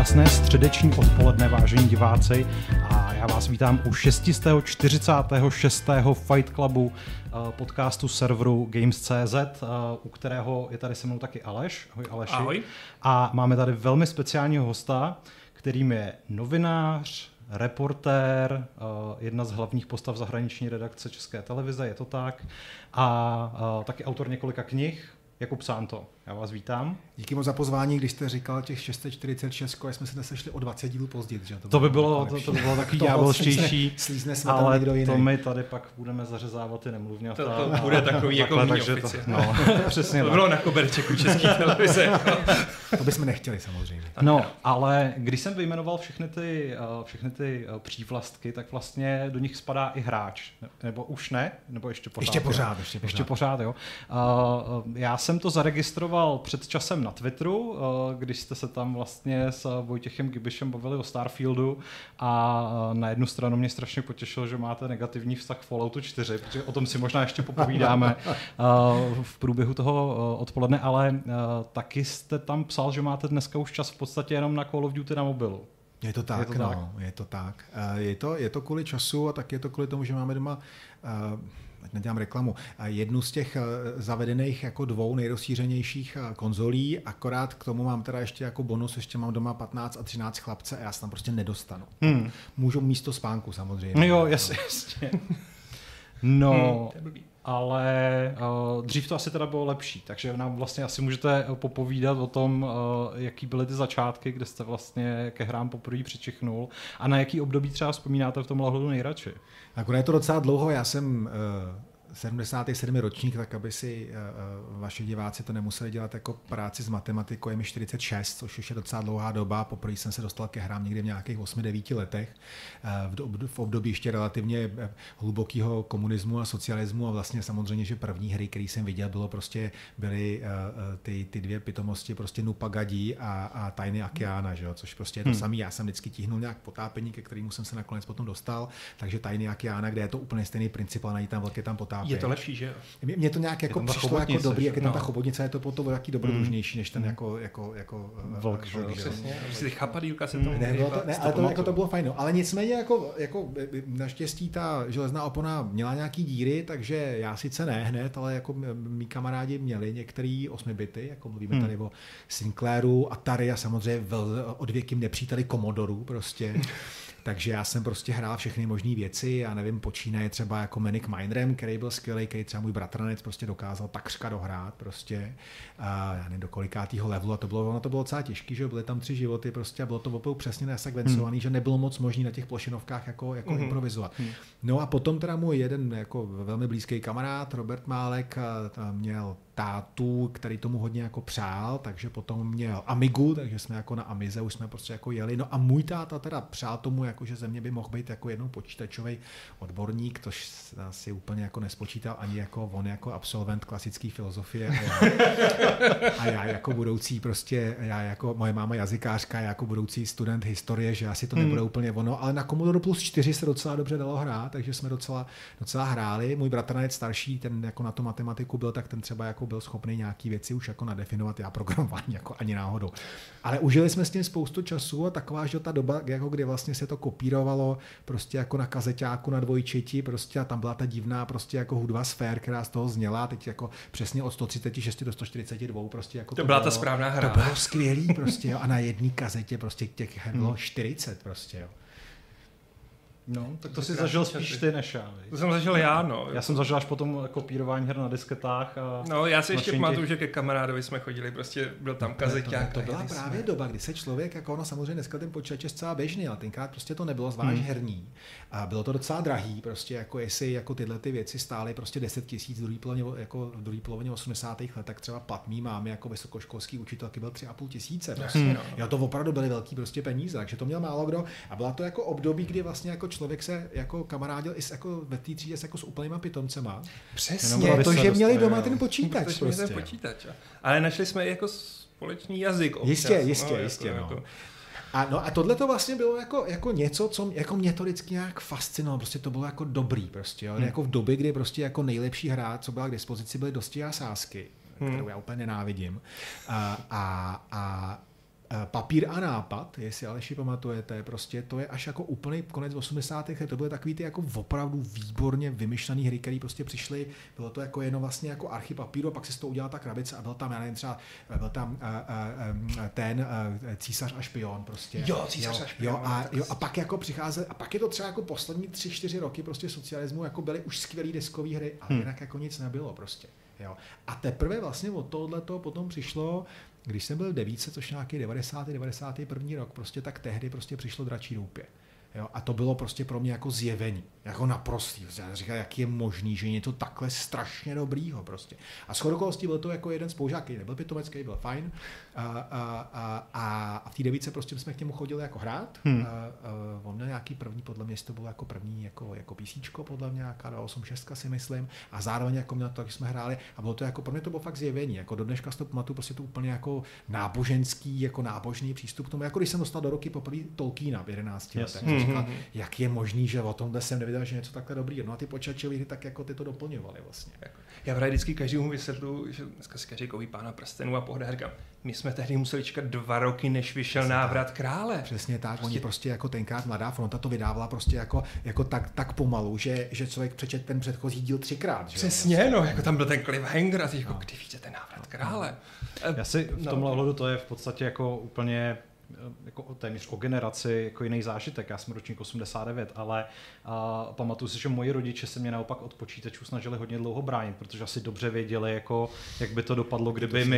Krásné středeční odpoledne, vážení diváci, a já vás vítám u 646. Fight Clubu podcastu serveru Games.cz, u kterého je tady se mnou taky Aleš. Ahoj Aleši. Ahoj. A máme tady velmi speciálního hosta, kterým je novinář, reportér, jedna z hlavních postav zahraniční redakce České televize, je to tak, a taky autor několika knih, Jakub Szánto. Já vás vítám. Díky moc za pozvání, když jste říkal těch 646, jsme se sešli o 20 dílů později. Že? To by bylo takový ďábelštější, ale to my tady pak budeme zařezávat ty nemluvňata. To bude takový jako mini oficie. No, přesně. To bylo na koberčeku České televize. To bychom nechtěli samozřejmě. No, ale když jsem vyjmenoval všechny ty přívlastky, tak vlastně do nich spadá i hráč. Nebo už ne? Nebo ještě pořád? Ještě pořád, jo. Já jsem to zaregistroval před časem na Twitteru, když jste se tam vlastně s Vojtěchem Gibišem bavili o Starfieldu, a na jednu stranu mě strašně potěšilo, že máte negativní vztah k Falloutu 4, protože o tom si možná ještě popovídáme v průběhu toho odpoledne, ale taky jste tam psal, že máte dneska už čas v podstatě jenom na Call of Duty na mobilu. Je to tak. Je to kvůli času a tak je to kvůli tomu, že máme doma nedělám reklamu, jednu z těch zavedených jako 2 nejrozšířenějších konzolí, akorát k tomu mám teda ještě jako bonus, ještě mám doma 15 a 13 chlapce a já se tam prostě nedostanu. Můžu místo spánku samozřejmě. Jo, jasně. No, ale dřív to asi teda bylo lepší, takže nám vlastně asi můžete popovídat o tom, jaký byly ty začátky, kde jste vlastně ke hrám poprvé přičichnul a na jaký období třeba vzpomínáte v tomhle ohledu nejradši. Nakonec je to docela dlouho, já jsem 77. ročník, tak aby si vaši diváci to nemuseli dělat jako práci s matematikou, je mi 46, což už je docela dlouhá doba. Poprvé jsem se dostal ke hrám někdy v nějakých 8-9 letech, v období ještě relativně hlubokého komunismu a socialismu, a vlastně samozřejmě, že první hry, které jsem viděl, byly ty 2 pitomosti, prostě Nupagadí a Tiny Okeana, že jo? Což prostě je to samý. Já jsem vždycky tíhnul nějak potápení, ke kterému jsem se nakonec potom dostal, takže Tiny Okeana, kde je to úplně stejný princip, ale není tam velký tam potápění. Je to lepší, že jo? Mně to nějak jako přišlo jako dobrý, jak je tam ta chobotnice, je to potom jaký dobrodružnější, než ten jako vlk. Přesně. Si chapadýlka se to ale to bylo fajn. Ale nicméně jako naštěstí ta železná opona měla nějaký díry, takže já sice ne hned, ale jako mý kamarádi měli některý 8-bity, jako mluvíme tady o Sinclairu, Atari a samozřejmě odvěkým nepříteli Commodoru prostě. Takže já jsem prostě hrál všechny možné věci, já nevím, počínaje třeba jako Manic Mindrem, který byl skvělý, který třeba můj bratranec prostě dokázal takřka dohrát prostě, já nevím do kolikátýho levelu, a to bylo docela těžký, že byly tam 3 životy prostě a bylo to opravdu přesně nasekvencovaný, že nebylo moc možný na těch plošinovkách jako improvizovat. No a potom teda můj jeden jako velmi blízký kamarád, Robert Málek, měl tátu, který tomu hodně jako přál, takže potom měl Amigu, takže jsme jako na Amize už jsme prostě jako jeli. No a můj táta teda přál tomu, jako že ze mě by mohl být jako jednou počítačový odborník, tož si úplně jako nespočítal ani jako on jako absolvent klasické filozofie a já jako budoucí prostě, já jako moje máma jazykářka, já jako budoucí student historie, že asi to nebude úplně ono, ale na Commodore Plus 4 se docela dobře dalo hrát, takže jsme docela hráli. Můj bratranec starší, ten jako na tu matematiku byl, tak ten třeba jako byl schopný nějaký věci už jako nadefinovat, já programování jako ani náhodou. Ale užili jsme s tím spoustu času a taková, že ta doba, jako kdy vlastně se to kopírovalo prostě jako na kazeťáku na dvojčeti prostě, a tam byla ta divná prostě jako hudba Sfér, která z toho zněla, teď jako přesně od 136 do 142 prostě jako to byla ta správná hra. To bylo skvělý prostě, jo, a na jedné kazetě prostě těch her bylo 40 prostě, jo. No, tak to si zažil spíš ty než já. To jsem zažil já, no. Já jsem zažil až potom kopírování her na disketách. No, já si ještě pamatuju, že ke kamarádovi jsme chodili, prostě byl tam kazeťák. To byla právě doba, kdy se člověk, jako ono samozřejmě dneska ten počítač je zcela běžný, ale tenkrát prostě to nebylo zvlášť herní. A bylo to docela drahý, prostě jako jestli jako tyhle ty věci stály prostě 10 000 v druhé polovině 80. let, tak třeba plat mý mámy jako vysokoškolský učitelky byl 3 500 prostě. Jo, to opravdu byly velký prostě peníze, takže to měl málo kdo. A byla to jako období, kdy vlastně jako člověk se jako kamarádil i jako ve té třídě jako s úplnýma pitomcema. Přesně, protože měli doma ten počítač. Prostě. Ten počítač. Ale našli jsme jako společný jazyk. Jistě. A tohle to vlastně bylo jako něco, co jako mě to vždycky nějak fascinovalo, prostě to bylo jako dobrý prostě, jo? Jako v době, kdy prostě jako nejlepší hra, co byla k dispozici, byly Dosti a sázky, kterou já úplně nenávidím. Papír a nápad, jestli Aleši pamatujete, prostě to je až jako úplný konec 80. let, to byly takový ty jako opravdu výborně vymyšlený hry, které prostě přišly, bylo to jako jenom vlastně jako archy papíru a pak se z toho udělala ta krabice a byl tam, já nevím, třeba byl tam ten Císař a špion prostě. Jo, Císař a špion. A pak jako přicházel, a pak je to třeba jako poslední 3-4 roky prostě socialismu, jako byly už skvělý deskové hry, ale jinak jako nic nebylo prostě. Jo. A teprve vlastně od tohoto potom přišlo, když jsem byl v devíce, což nějaký 91. rok, prostě tak tehdy prostě přišlo Dračí doupě. Jo, a to bylo prostě pro mě jako zjevení, jako naprostý. Já říkal, jak je možný, že je něco takhle strašně dobrýho prostě. A shodou okolností byl to jako jeden spolužák, který nebyl pitomecký, byl fajn. A v té devíce prostě jsme k němu chodili jako hrát. On měl nějaký první, podle mě to bylo jako první jako písíčko, podle mě nějaká 286 si myslím. A zároveň jako měl to, jak jsme hráli. A bylo to jako, pro mě to bylo fakt zjevení. Jako do dneška z toho pamatuju prostě to úplně jako náboženský, jako nábožný přístup k tomu. Jako když jsem dostal do ruky poprvé Tolkiena v 11 letech. Říkal, jak je možný, že o tomhle jsem nevěděl, že něco takhle dobrý. No a ty počítačové hry tak jako ty to doplňovaly vlastně. Já právě vždycky každému vysvětluji, že dneska si každý kouví Pána prstenů a pohode. Říkám, my jsme tehdy museli čekat 2 roky, než vyšel Návrat krále. Přesně tak, oni prostě jako tenkrát Mladá fronta to vydávala prostě jako tak pomalu, že člověk přečet ten předchozí díl 3krát. Že? Přesně, no, jako tam byl ten cliffhanger a ty jako, kdy víte ten Návrat krále. Já si v tomhle ohledu to je v podstatě jako úplně jako téměř o generaci jako jiný zážitek. Já jsem ročník 89, ale pamatuju si, že moji rodiče se mě naopak od počítačů snažili hodně dlouho bránit, protože asi dobře věděli, jako, jak by to dopadlo,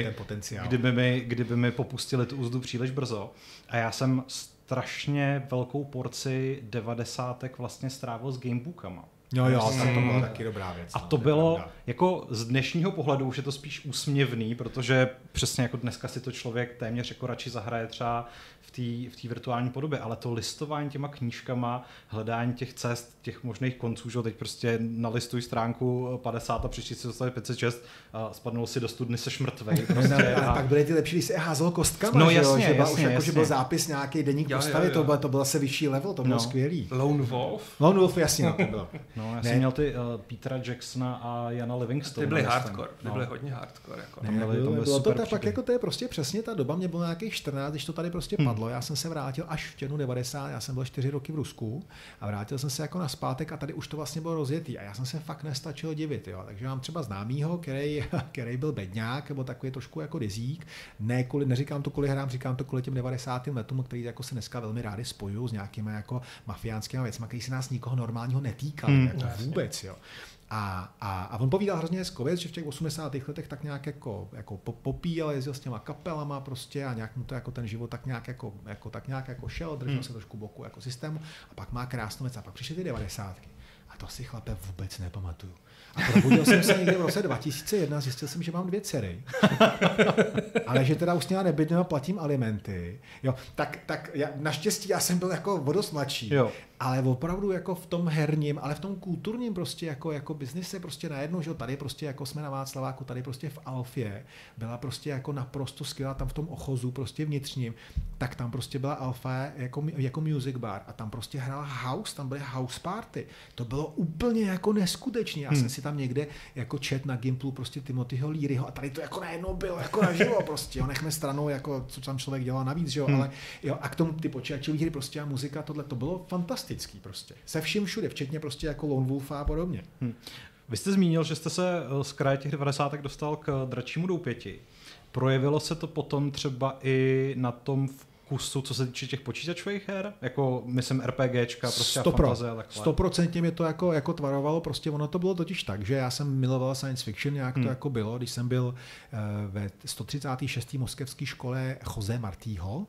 kdyby mi popustili tu úzdu příliš brzo. A já jsem strašně velkou porci 90. vlastně strávil s gamebookama. Jo, tak to byla taky dobrá věc. A to bylo, jako z dnešního pohledu už je to spíš úsměvný, protože přesně jako dneska si to člověk téměř jako radši zahraje třeba v té virtuální podobě, ale to listování těma knížkama, hledání těch cest, těch možných konců, že teď prostě nalistuj stránku 50 a příští si dostali 506 a spadnul si do studny, seš mrtvej. Prostě, a pak byly ty lepší, když se házel kostkama, no, že jasně, že, jasně, jako, že byl zápis nějaký deník postavy, to byl zase vyšší level, to bylo skvělý. Lone Wolf, jasně, to bylo. No, já jsem měl ty Petera Jacksona a Jana Livingstona. Ty byly hardcore, byly hodně hardcore. Bylo to tak, pak jako to je prostě přesně ta doba, mě bylo nějakých 14, když to tady prostě padlo, já jsem se vrátil až v červnu 90, já jsem byl 4 roky v Rusku a vrátil jsem se jako nazpátek a tady už to vlastně bylo rozjetý a já jsem se fakt nestačil divit, jo. Takže mám třeba známýho, který byl bedňák, nebo takový trošku jako dizík, neříkám to kvůli hrám, říkám to kvůli těm 90. letům, který jako se dneska velmi rádi spojují s nějakými jako mafiánskými věcmi, který se nás nikoho normálního netýkali, jako vůbec, jo. A on povídal hrozně hezkou věc, že v těch 80. letech tak nějak jako popíjel, jezdil s těma kapelama prostě a nějak mu to jako ten život tak nějak jako šel, držel se trošku boku jako systému a pak má krásnou věc a pak přišly ty 90. A to si chlape vůbec nepamatuju. A probudil jsem se někde v roce 2001, zjistil jsem, že mám 2 dcery. Ale že teda už s nima nebydlím a platím alimenty. Jo, tak naštěstí já jsem byl jako o dost mladší. Jo. Ale opravdu jako v tom herním, ale v tom kulturním prostě jako biznise prostě najednou, že tady prostě jako jsme na Václaváku, tady prostě v Alfě byla prostě jako naprosto skvělá tam v tom ochozu prostě vnitřním, tak tam prostě byla Alfa jako music bar a tam prostě hrál house, tam byly house party. To bylo úplně jako neskutečný. Já jsem si tam někde jako čet na Gimplu prostě Timothyho Learyho a tady to jako najednou bylo jako naživo prostě, jo, nechme stranou jako co tam člověk dělal navíc, že jo, ale jo, a k tomu ty počítačové hry prostě a muzika, tohle to bylo fantastický prostě. Se vším všude, včetně prostě jako Lone Wolfa a podobně. Vy jste zmínil, že jste se z kraje těch 90. dostal k Dračímu doupěti. Projevilo se to potom třeba i na tom kusu, co se týče těch počítačových her? Jako, myslím, RPGčka, prostě a fantazie a takhle. 100% mě to jako tvarovalo, prostě ono to bylo totiž tak, že já jsem miloval science fiction, nějak to jako bylo, když jsem byl ve 136. moskevské škole Jose Martího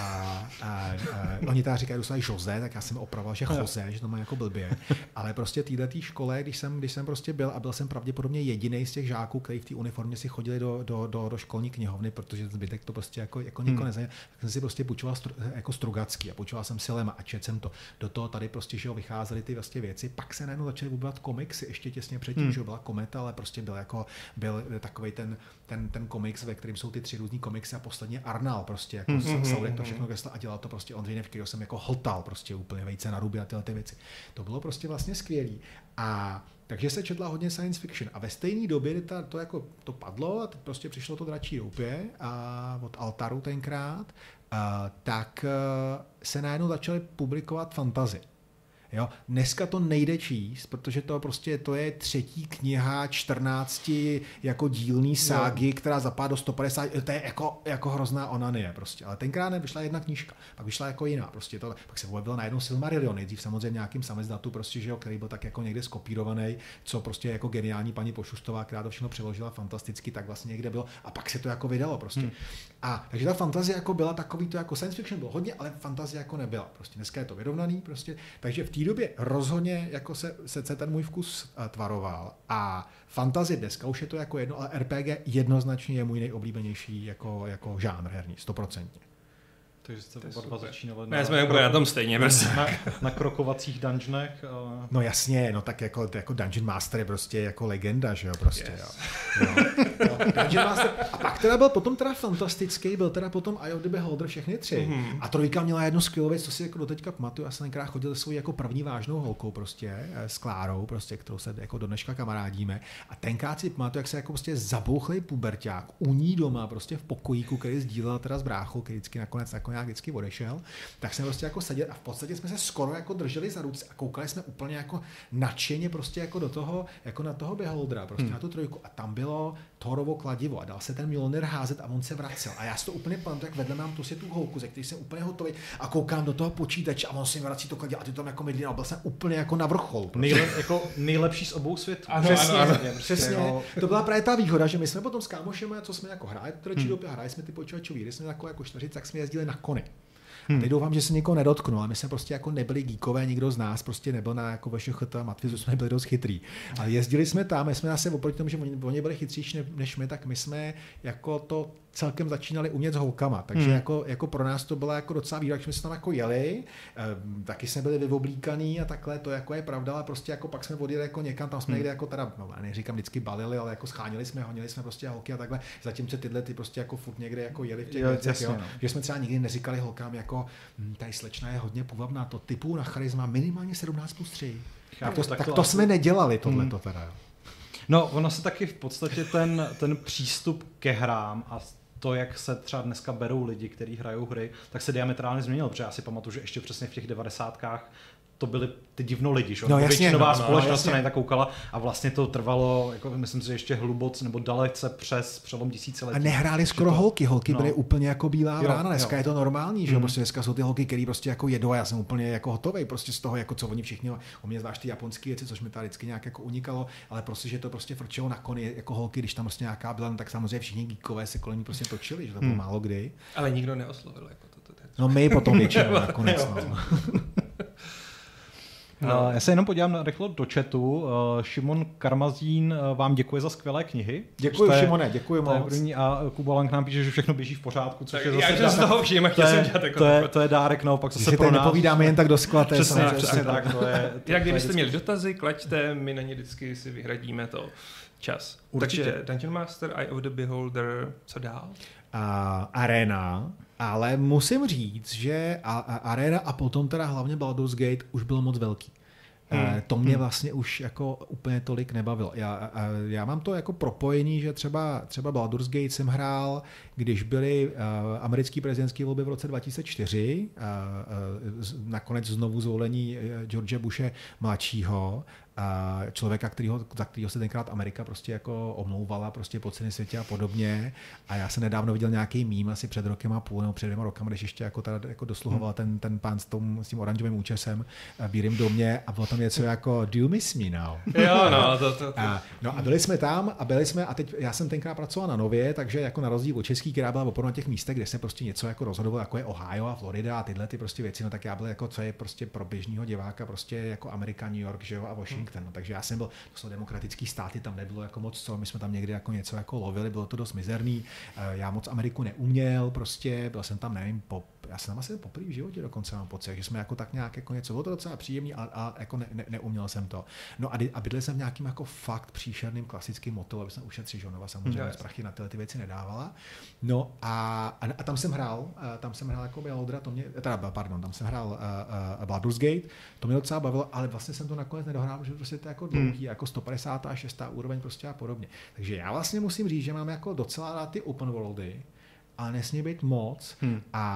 a oni tady říkají dostali Jose, tak já jsem opravoval, že Jose, že to má jako blbě, ale prostě této škole, když jsem prostě byl a byl jsem pravděpodobně jediný z těch žáků, kteří v té uniformě si chodili do školní knihovny, protože zbytek to prostě jako nikoho nezajímá, tak jsem si prostě půjčoval jako Strugacký a půjčoval jsem si Lema a četl jsem to. Do toho tady prostě, že vycházely ty vlastně věci, pak se najednou začaly objevovat komiksy, ještě těsně předtím, že byla Kometa, ale prostě byl takovej ten komiks, ve kterém jsou ty 3 různý komiksy a posledně Arnal prostě jako Saudek to všechno kresl a dělal to prostě Ondřejnev, kterého jsem jako hltal prostě úplně vejce na ruby a tyhle ty věci. To bylo prostě vlastně skvělý. A takže se četla hodně science fiction a ve stejné době to padlo a prostě přišlo to Dračí doupě a od Altaru tenkrát, tak se najednou začaly publikovat fantasy. Jo? Dneska to nejde číst, protože to je 3. kniha 14 jako dílný ságy, která zapadá do 150, to je jako hrozná onanie prostě. Ale tenkrát nevyšla jedna knížka, pak vyšla jako jiná prostě. Pak se objevil najednou Silmarillion, nejdřív samozřejmě nějakým samizdatu prostě, že jo, který byl tak jako někde skopírovaný, co prostě jako geniální paní Pošustová, která to všechno přeložila fantasticky, tak vlastně někde bylo a pak se to jako vydalo prostě. Takže ta fantazie jako byla takový to jako science fiction bylo hodně, ale fantazie jako nebyla. Prostě dneska je to vyrovnaný prostě, takže v té době rozhodně jako se ten můj vkus tvaroval a fantazie dneska už je to jako jedno, ale RPG jednoznačně je můj nejoblíbenější jako žánr herní, 100%. Takže jste oba dva začínali jsme na tom stejně. Na krokovacích dungeonech. No jasně, no tak jako Dungeon Master je prostě jako legenda, že jo, prostě. Yes. Jo. Dungeon Master. A pak teda byl potom teda fantastický, byl teda potom Eye of the Beholder všechny 3. A 3 měla jednu skvělou věc, co si jako doteďka pamatuju, já jsem tenkrát chodil se svou jako první vážnou holkou prostě, s Klárou, prostě, kterou se jako do dneška kamarádíme. A tenkrát si pamatuju, jak se jako prostě zabouchlej puberťák u ní doma, prostě v pokojíku, který sdílel teda s bráchou, který vždycky nakonec vždycky odešel, tak jsme prostě jako seděli a v podstatě jsme se skoro jako drželi za ruce a koukali jsme úplně jako nadšeně prostě jako do toho, jako na toho Beholdera, prostě na tu 3 a tam bylo Thorovo kladivo a dal se ten Mjolnir házet a on se vracel. A já si to úplně pamatuju, jak vedle mám prostě tu holku, ze který jsem úplně hotový a koukám do toho počítače a on si vrací to kladivo a ty tam jako mydlí a byl jsem úplně jako na vrcholu. Jako nejlepší z obou světů. Ano, přesně. To byla právě ta výhoda, že my jsme potom s kámošem, co jsme jako hráli, hráli jsme ty počítačové hry, jsme jako čtveřice, tak jsme jezdili na kony. A teď doufám, že se někoho nedotknu, ale my jsme prostě jako nebyli geekové, nikdo z nás prostě nebyl na jako VŠCHT a Matvizu, jsme nebyli dost chytrý. Ale jezdili jsme tam, my jsme zase oproti tomu, že oni byli chytřejší než my, tak my jsme jako to celkem začínali umět s holkama, takže jako pro nás to byla jako docela výhoda, že jsme se tam jako jeli, taky jsme byli vyvoblíkaný a takhle, to jako je pravda, ale prostě jako pak jsme odjeli jako někam, tam jsme někde jako teda, no, neříkám vždycky balili, ale jako schánili jsme, honili jsme prostě holky a takhle, zatímco tyhle ty prostě jako furt někde jako jeli v těch věcech, jo, že jsme třeba nikdy neříkali holkám jako tady slečna je hodně půvabná, to typu na charisma minimálně 17+3. Tak to jsme nedělali tohleto teda, jo. No, ono se taky v podstatě ten přístup ke hrám a to, jak se třeba dneska berou lidi, kteří hrajou hry, tak se diametrálně změnil, protože já si pamatuju, že ještě přesně v těch 90kách to byly ty divno lidi, že? No, většinová společnost se na ně tak koukala a vlastně to trvalo, jako myslím si, ještě hluboce nebo dalece přes přelom tisíciletí. A nehráli skoro holky byly úplně jako bílá vrána, dneska je to normální, že prostě dneska jsou ty holky, který prostě jako jedou a já jsem úplně jako hotovej prostě z toho, jako co oni všichni, o mě zvlášť ty japonské věci, což mi tady vždycky nějak jako unikalo, ale prostě, že to prostě frčelo na koni jako holky, když tam prostě nějaká byla, no, tak samozřejmě všichni geekové se kolem ní prostě točili, že to bylo málo kdy. Ale nikdo neoslovil jako to. No my potom většinou nakonec. No. Já se jenom podívám rychle do chatu. Šimon Karmazín vám děkuje za skvělé knihy. Děkuji, Šimone, děkuji moc. A Kuba Lang nám píše, že všechno běží v pořádku, což je zase... Já z toho všim a chtěl jsem dělat jako... To je dárek, no, pak zase pro nás. Nepovídáme jen tak do skla, to je přesně tak. Jak kdybyste měli dotazy, klaďte, my na ně vždycky si vyhradíme to čas. Určitě. Takže Dungeon Master, Eye of the Beholder, co dál? Arena, ale musím říct, že Arena a potom teda hlavně Baldur's Gate už bylo moc velký. To mě vlastně už jako úplně tolik nebavilo. Já mám to jako propojení, že třeba Baldur's Gate jsem hrál, když byly americké prezidentské volby v roce 2004, nakonec znovu zvolení George Bushe mladšího, člověka, za kterého se tenkrát Amerika prostě jako omlouvala prostě po celém světě a podobně. A já jsem nedávno viděl nějaký mím asi před rokem a půl nebo před 2 rokama, když ještě jako dosluhoval ten pán s tím oranžovým účesem v Bílém domě a bylo tam něco jako Do you miss me now? Jo, no. No a byli jsme tam a teď já jsem tenkrát pracoval na Nově, takže jako na rozdíl od český, která byla opravdu na těch místech, kde se prostě něco jako rozhodoval, jako je Ohio a Florida a tyhle ty prostě věci, no tak já byl jako, co je prostě pro běžného diváka prostě jako Amerika, New York, že jo, a Washington. No, takže já jsem byl, to jsou demokratický státy, tam nebylo jako moc co, my jsme tam někdy jako něco jako lovili, bylo to dost mizerný, já moc Ameriku neuměl, prostě byl jsem tam, nevím, já jsem tam asi poprvé v životě dokonce mám pocit, že jsme jako tak nějak jako něco, bylo to docela příjemný a jako neuměl jsem to. No a bydlel jsem v nějakým jako fakt příšerným klasickým motelu, aby jsem ušetřil, že Nova samozřejmě z prachy na tyhle ty věci nedávala. No a tam jsem hrál jako Beholdera, tam jsem hrál Baldur's Gate, to mě docela bavilo, ale vlastně jsem to nakonec nedohrál, protože prostě to je jako dlouhý, jako 156. úroveň prostě a podobně. Takže já vlastně musím říct, že mám jako docela rád ty open worldy, ale nesmí být moc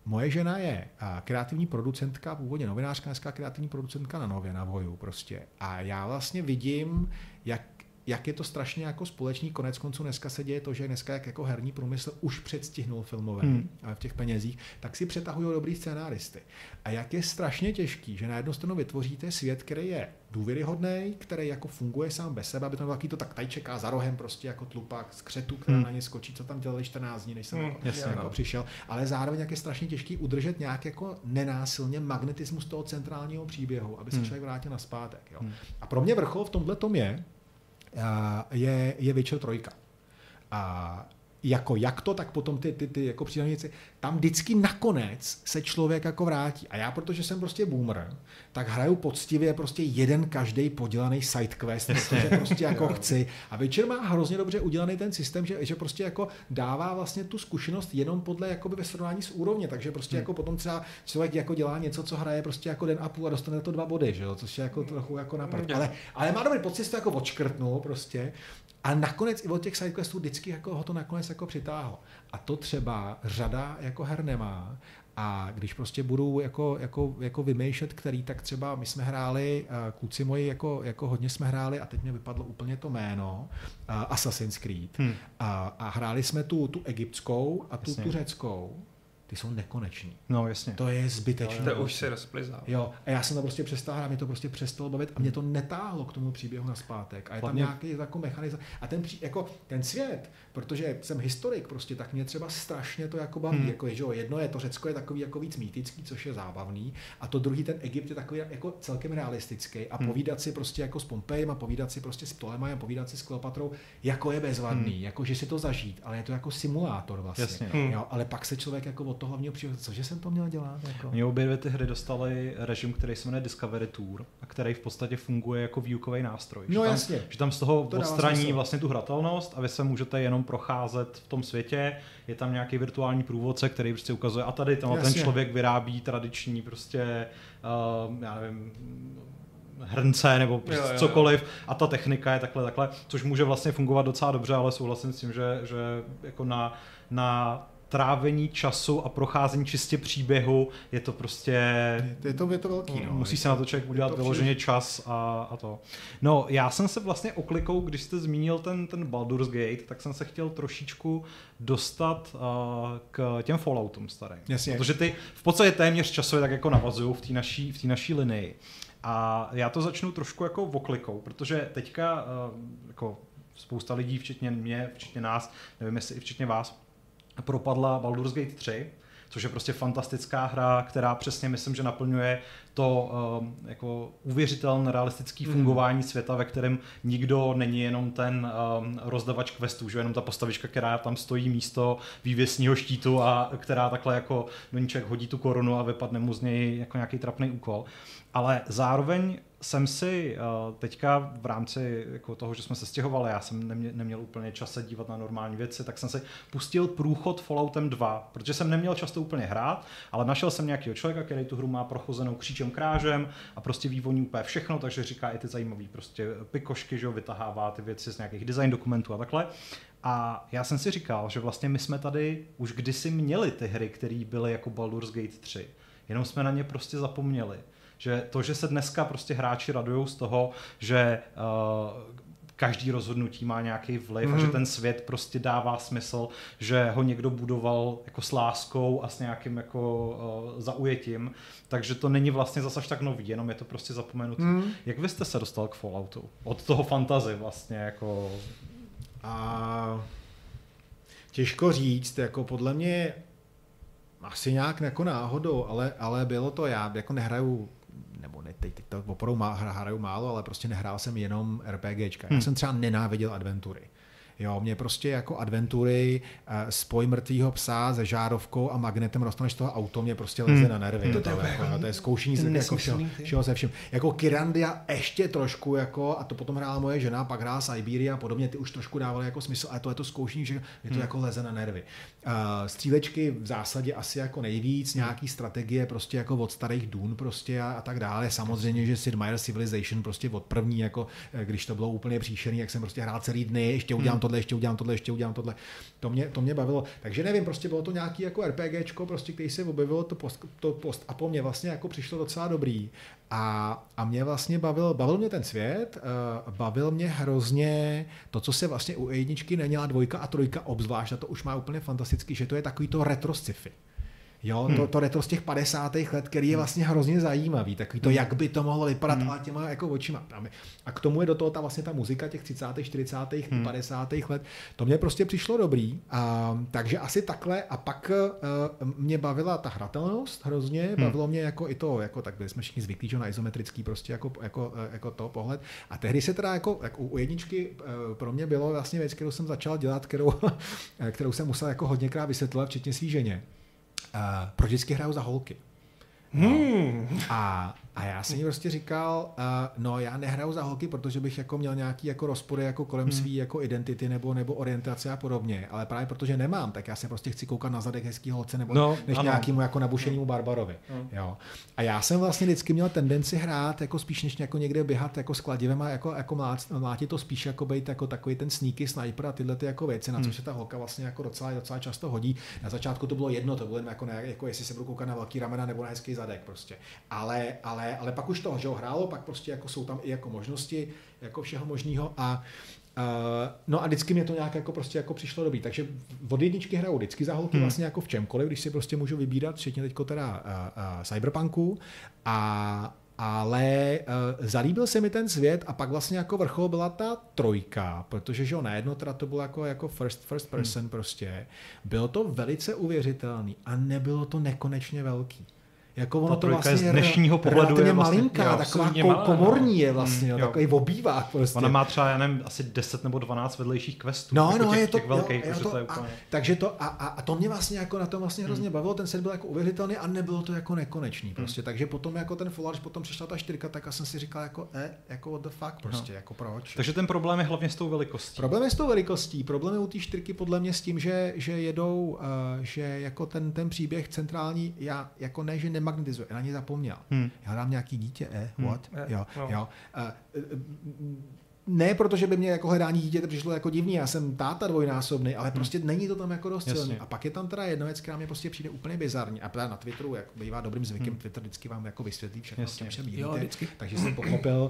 moje žena je kreativní producentka, původně novinářka, dneska kreativní producentka na Nově, na Voju prostě. A já vlastně vidím, jak je to strašně jako společný, konec konců dneska se děje to, že dneska jako herní průmysl už předstihnul filmové v těch penězích, tak si přetahují dobrý scénáristy. A jak je strašně těžký, že na jednu stranu vytvoříte svět, který je důvěryhodný, který jako funguje sám bez sebe, aby to taky to tak tady čeká za rohem prostě jako tlupák z křetu, která na ně skočí, co tam dělali 14 dní, než jsem jako přišel. Ale zároveň jak je strašně těžký udržet nějak jako nenásilně magnetismus toho centrálního příběhu, aby se člověk vrátil nazpátek. Jo. A pro mě vrchol v tomhle tom je Witcher 3. A jako jak to, tak potom ty jako příležitosti, tam vždycky nakonec se člověk jako vrátí. A já, protože jsem prostě boomer, tak hraju poctivě prostě jeden každý podělaný sidequest, protože prostě jako chci. A Witcher má hrozně dobře udělaný ten systém, že prostě jako dává vlastně tu zkušenost jenom podle jakoby ve srovnání s úrovně, takže prostě jako potom třeba člověk jako dělá něco, co hraje prostě jako den a půl a dostane to 2 body, že jo, což je jako trochu jako na prd. Ale má dobrý pocit, že to jako odškrtnul prostě. A nakonec i od těch sidequestů vždycky jako ho to nakonec jako přitáhlo. A to třeba řada jako her nemá. A když prostě budou jako vymýšlet, který, tak třeba my jsme hráli, kluci moji jako hodně jsme hráli, a teď mi vypadlo úplně to jméno, Assassin's Creed. A hráli jsme tu egyptskou a tu tureckou. Ty jsou nekoneční. No, jasně. To je zbytečné. To už se rozplizá. Jo, a já jsem to prostě přestal hrát, mě to prostě přestalo bavit a mě to netáhlo k tomu příběhu nazpátek. A je tam nějaký jako mechanismus. A ten svět, protože jsem historik prostě, tak mě třeba strašně to jako baví. Jako, že jo, jedno je to Řecko je takový jako víc mýtický, což je zábavný, a to druhý ten Egypt je takový jako celkem realistický a povídat si prostě jako s Pompejem a povídat si prostě s Ptolemajem a povídat si s Kleopatrou, jako je bezvadný, jako že si to zažít, ale je to jako simulátor vlastně. Jo, ale pak se člověk jako to hlavního příběhu, cože jsem to měl dělat? Jako? Mě obě dvě ty hry dostaly režim, který se jmenuje Discovery Tour a který v podstatě funguje jako výukový nástroj. No jasně. Že tam z toho odstraní vlastně tu hratelnost a vy se můžete jenom procházet v tom světě. Je tam nějaký virtuální průvodce, který prostě ukazuje, a tady ten člověk vyrábí tradiční prostě, já nevím, hrnce nebo prostě cokoliv a ta technika je takhle, což může vlastně fungovat docela dobře, ale souhlasím s tím, že jako na trávení času a procházení čistě příběhu je to prostě... Je to velký, no. Musí se na to člověk udělat vyloženě čas a to. No, já jsem se vlastně oklikou, když jste zmínil ten Baldur's Gate, tak jsem se chtěl trošičku dostat k těm Falloutům starým. Jasně. Protože ty v podstatě téměř časově tak jako navazují v té naší linii. A já to začnu trošku jako oklikou, protože teďka jako spousta lidí, včetně mě, včetně nás, nevím jestli i včetně vás, propadla Baldur's Gate 3, což je prostě fantastická hra, která přesně myslím, že naplňuje to jako uvěřitelné realistické fungování světa, ve kterém nikdo není jenom ten rozdavač questů, že jenom ta postavička, která tam stojí místo vývěsního štítu a která takhle jako do ní člověk hodí tu korunu a vypadne mu z něj jako nějaký trapný úkol. Ale zároveň jsem si teďka v rámci jako toho, že jsme se stěhovali, já jsem neměl úplně čas se dívat na normální věci, tak jsem si pustil průchod Falloutem 2, protože jsem neměl čas to úplně hrát, ale našel jsem nějakého člověka, který tu hru má prochozenou křížem krážem a prostě vývoní úplně všechno, takže říká i ty zajímavý prostě pikošky, že vytahává ty věci z nějakých design dokumentů a takhle. A já jsem si říkal, že vlastně my jsme tady už kdysi měli ty hry, které byly jako Baldur's Gate 3, jenom jsme na ně prostě zapomněli. Že to, že se dneska prostě hráči radujou z toho, že každý rozhodnutí má nějaký vliv a že ten svět prostě dává smysl, že ho někdo budoval jako s láskou a s nějakým jako zaujetím, takže to není vlastně zase tak nový, jenom je to prostě zapomenutý. Jak vy jste se dostal k Falloutu? Od toho fantasy vlastně jako... Těžko říct, jako podle mě asi nějak jako náhodou, ale bylo to, já jako nehraju, nebo ne, teď to opravdu hraju málo, ale prostě nehrál jsem jenom RPGčka. Já jsem třeba nenáviděl adventury. Jo, mě prostě jako adventury, spoj mrtvýho psa se žárovkou a magnetem roztaneš toho auto, mě prostě leze na nervy. To je zkoušení se jako všeho se všem. Jako Kyrandia ještě trošku, jako, a to potom hrála moje žena, pak hrála Siberia a podobně, ty už trošku dávaly jako smysl, ale to je to zkoušení, že mě to jako leze na nervy. Střílečky v zásadě asi jako nejvíc, nějaký strategie prostě jako od starých Dun prostě a tak dále. Samozřejmě, že Sid Meier's Civilization prostě od první, jako když to bylo úplně příšerný, jak jsem prostě hrál celý dny, ještě udělám tohle, ještě udělám tohle. To mě bavilo. Takže nevím, prostě bylo to nějaký jako RPGčko, prostě, který se objevilo to post a po mně vlastně jako přišlo docela dobrý. A mě vlastně bavil mě ten svět, bavil mě hrozně to, co se vlastně u jedničky neměla 2 a 3 obzvlášť, a to už má úplně fantastický, že to je takový to retro sci-fi. Jo, to retro z těch 50. let, který je vlastně hrozně zajímavý, takový to, jak by to mohlo vypadat, ale těma jako očima. A k tomu je do toho ta muzika těch 30., 40., 50. let. To mě prostě přišlo dobrý. Takže asi takhle. A pak mě bavila ta hratelnost hrozně, bavilo mě jako i to, jako tak byli jsme všichni zvyklí, že na izometrický prostě jako to pohled. A tehdy se teda jako u jedničky pro mě bylo vlastně věc, kterou jsem začal dělat, kterou jsem musel jako hodněkrát vysvětlovat, včetně svý ženě. Proč vždycky hraju za holky? No. A já jsem jí prostě říkal, no já nehraju za holky, protože bych jako měl nějaký jako rozpory jako kolem svý jako identity nebo orientace a podobně, ale právě protože nemám, tak já se prostě chci koukat na zadek hezký holce nebo než nějakému jako nabušenému barbarovi. Jo. A já jsem vlastně vždycky měl tendenci hrát jako spíš než jako někde běhat jako s kladivem a jako mlátit to spíš jako být jako takový ten sneaky sniper a tyhle ty jako věci, na co se ta holka vlastně jako docela často hodí. Na začátku to bylo jedno, to bylo jako jestli se budu koukat na velký ramena nebo na hezký zadek prostě. Ale pak už toho, že ho hrálo, pak prostě jako jsou tam i jako možnosti jako všeho možného no a vždycky mě to nějak jako prostě jako přišlo dobrý. Takže od jedničky hraju vždycky za holky vlastně jako v čemkoliv, když si prostě můžu vybírat, včetně teďko teda Cyberpunku ale zalíbil se mi ten svět a pak vlastně jako vrchol byla ta 3, protože že najednou teda to bylo jako first person prostě. Bylo to velice uvěřitelný a nebylo to nekonečně velký. Jako ono to vlastně z dnešního pohledu je vlastně malinká, taková komorní je vlastně, takový obývák prostě. Ona má třeba, já nevím, asi 10 nebo 12 vedlejších questů. Těch velkých, takže to a to mě vlastně jako na tom vlastně hrozně bavilo, ten set byl jako uvěřitelný a nebylo to jako nekonečný prostě, takže potom jako ten Fallout, když potom přišla ta 4, tak já jsem si říkal jako what the fuck prostě, jako proč. Takže ten problém je hlavně s tou velikostí. Problém je s tou velikostí, problém je u té 4 podle mě s tím, že jedou, že jako ten příběh centrální, já jako ne, že magnetizuje, já na něj zapomněl. Já dám nějaký dítě, what? Jo. Ne, protože by mě jako hledání dítěte přišlo jako divný, já jsem táta dvojnásobný, ale prostě není to tam jako dost silný. A pak je tam teda jedna věc, která mě prostě přijde úplně bizarní. A na Twitteru, jak bývá dobrým zvykem, Twitter vždycky vám jako vysvětlí všechno, s čím se mýlíte. Takže jsem pochopil,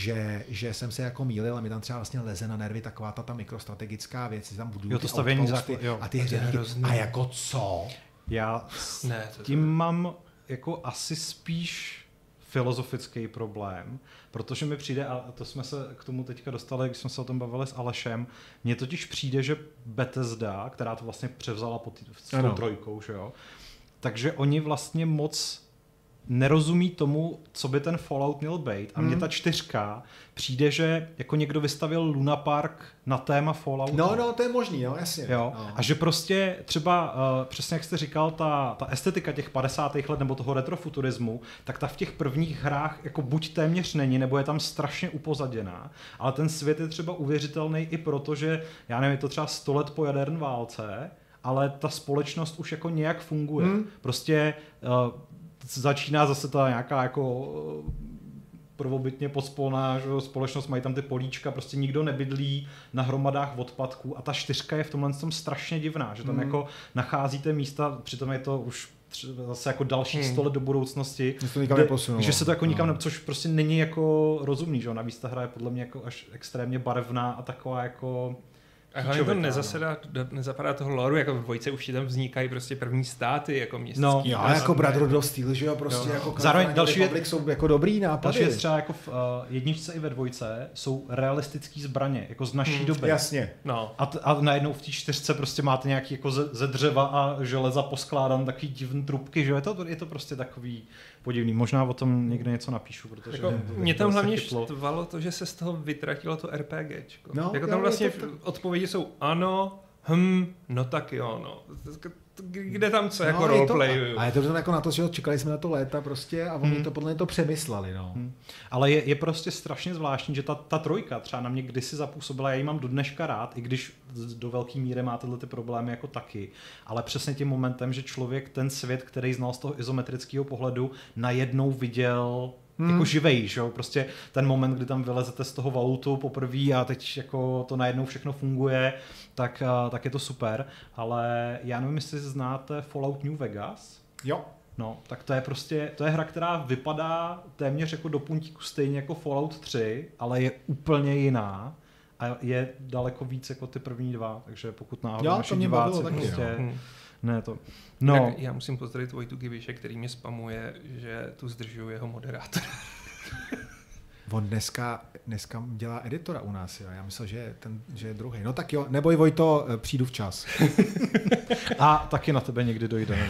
že jsem se jako mýlil a mi tam třeba vlastně leze na nervy taková ta mikrostrategická věc, tam budují ty stavění a ty hřebíky. A jako co? Já tím mám jako asi spíš filozofický problém, protože mi přijde, a to jsme se k tomu teďka dostali, když jsme se o tom bavili s Alešem, mně totiž přijde, že Bethesda, která to vlastně převzala pod svou 3, že jo, takže oni vlastně moc nerozumí tomu, co by ten Fallout měl být. A mně ta 4 přijde, že jako někdo vystavil Luna Park na téma Falloutu. No, to je možný, jasně. Jo. No. A že prostě třeba, přesně jak jste říkal, ta estetika těch 50. let nebo toho retrofuturismu, tak ta v těch prvních hrách jako buď téměř není, nebo je tam strašně upozaděná, ale ten svět je třeba uvěřitelný i proto, že, já nevím, je to třeba 100 let po jaderné válce, ale ta společnost už jako nějak funguje. Prostě začíná zase ta nějaká jako prvobytně pospolná společnost, mají tam ty políčka, prostě nikdo nebydlí na hromadách odpadků a ta 4 je v tomhle tom strašně divná, že tam jako nacházíte místa, přitom je to už zase jako další 100 let do budoucnosti, že se to jako nikam což prostě není jako rozumný, že navíc ta hra je podle mě jako až extrémně barevná a taková jako a hlavně to nezapadá toho loru, jako v 2 už tam vznikají prostě první státy, jako městský. Jako Brotherhood of Steel, že jo, prostě jako zároveň další Republic jsou jako dobrý nápady. Další věc třeba jako v 1 i ve 2 jsou realistický zbraně, jako z naší doby. Jasně. No. A najednou v té 4 prostě máte nějaký jako ze dřeva a železa poskládan takový divný trubky, že je to prostě takový podivný. Možná o tom někde něco napíšu, protože jako, mě tam hlavně štvalo to, že se z toho vytratilo to RPGčko. Jako tam vlastně odpovědi jsou ano, no tak jo, no. Kde tam co jako roleplay? A je to jako na to, že čekali jsme na to léta prostě a oni to podle mě to přemysleli, no. Ale je prostě strašně zvláštní, že ta 3 třeba na mě kdysi zapůsobila, já ji mám do dneška rád, i když do velké míry má tyhle ty problémy jako taky, ale přesně tím momentem, že člověk ten svět, který znal z toho izometrického pohledu, najednou viděl jako živej, že jo, prostě ten moment, kdy tam vylezete z toho vaultu poprvé a teď jako to najednou všechno funguje, tak je to super, ale já nevím, jestli znáte Fallout New Vegas. Jo. No, tak to je hra, která vypadá téměř jako do puntíku stejně jako Fallout 3, ale je úplně jiná a je daleko víc jako ty první dva, takže pokud náhodou naši diváci prostě... Ne, to... No. Já musím pozdravit Vojtu Giviše, který mě spamuje, že tu zdržuje jeho moderátor. On dneska dělá editora u nás, jo. Já myslel, že je druhý. No tak jo, neboj Vojto, přijdu včas. A taky na tebe někdy dojde.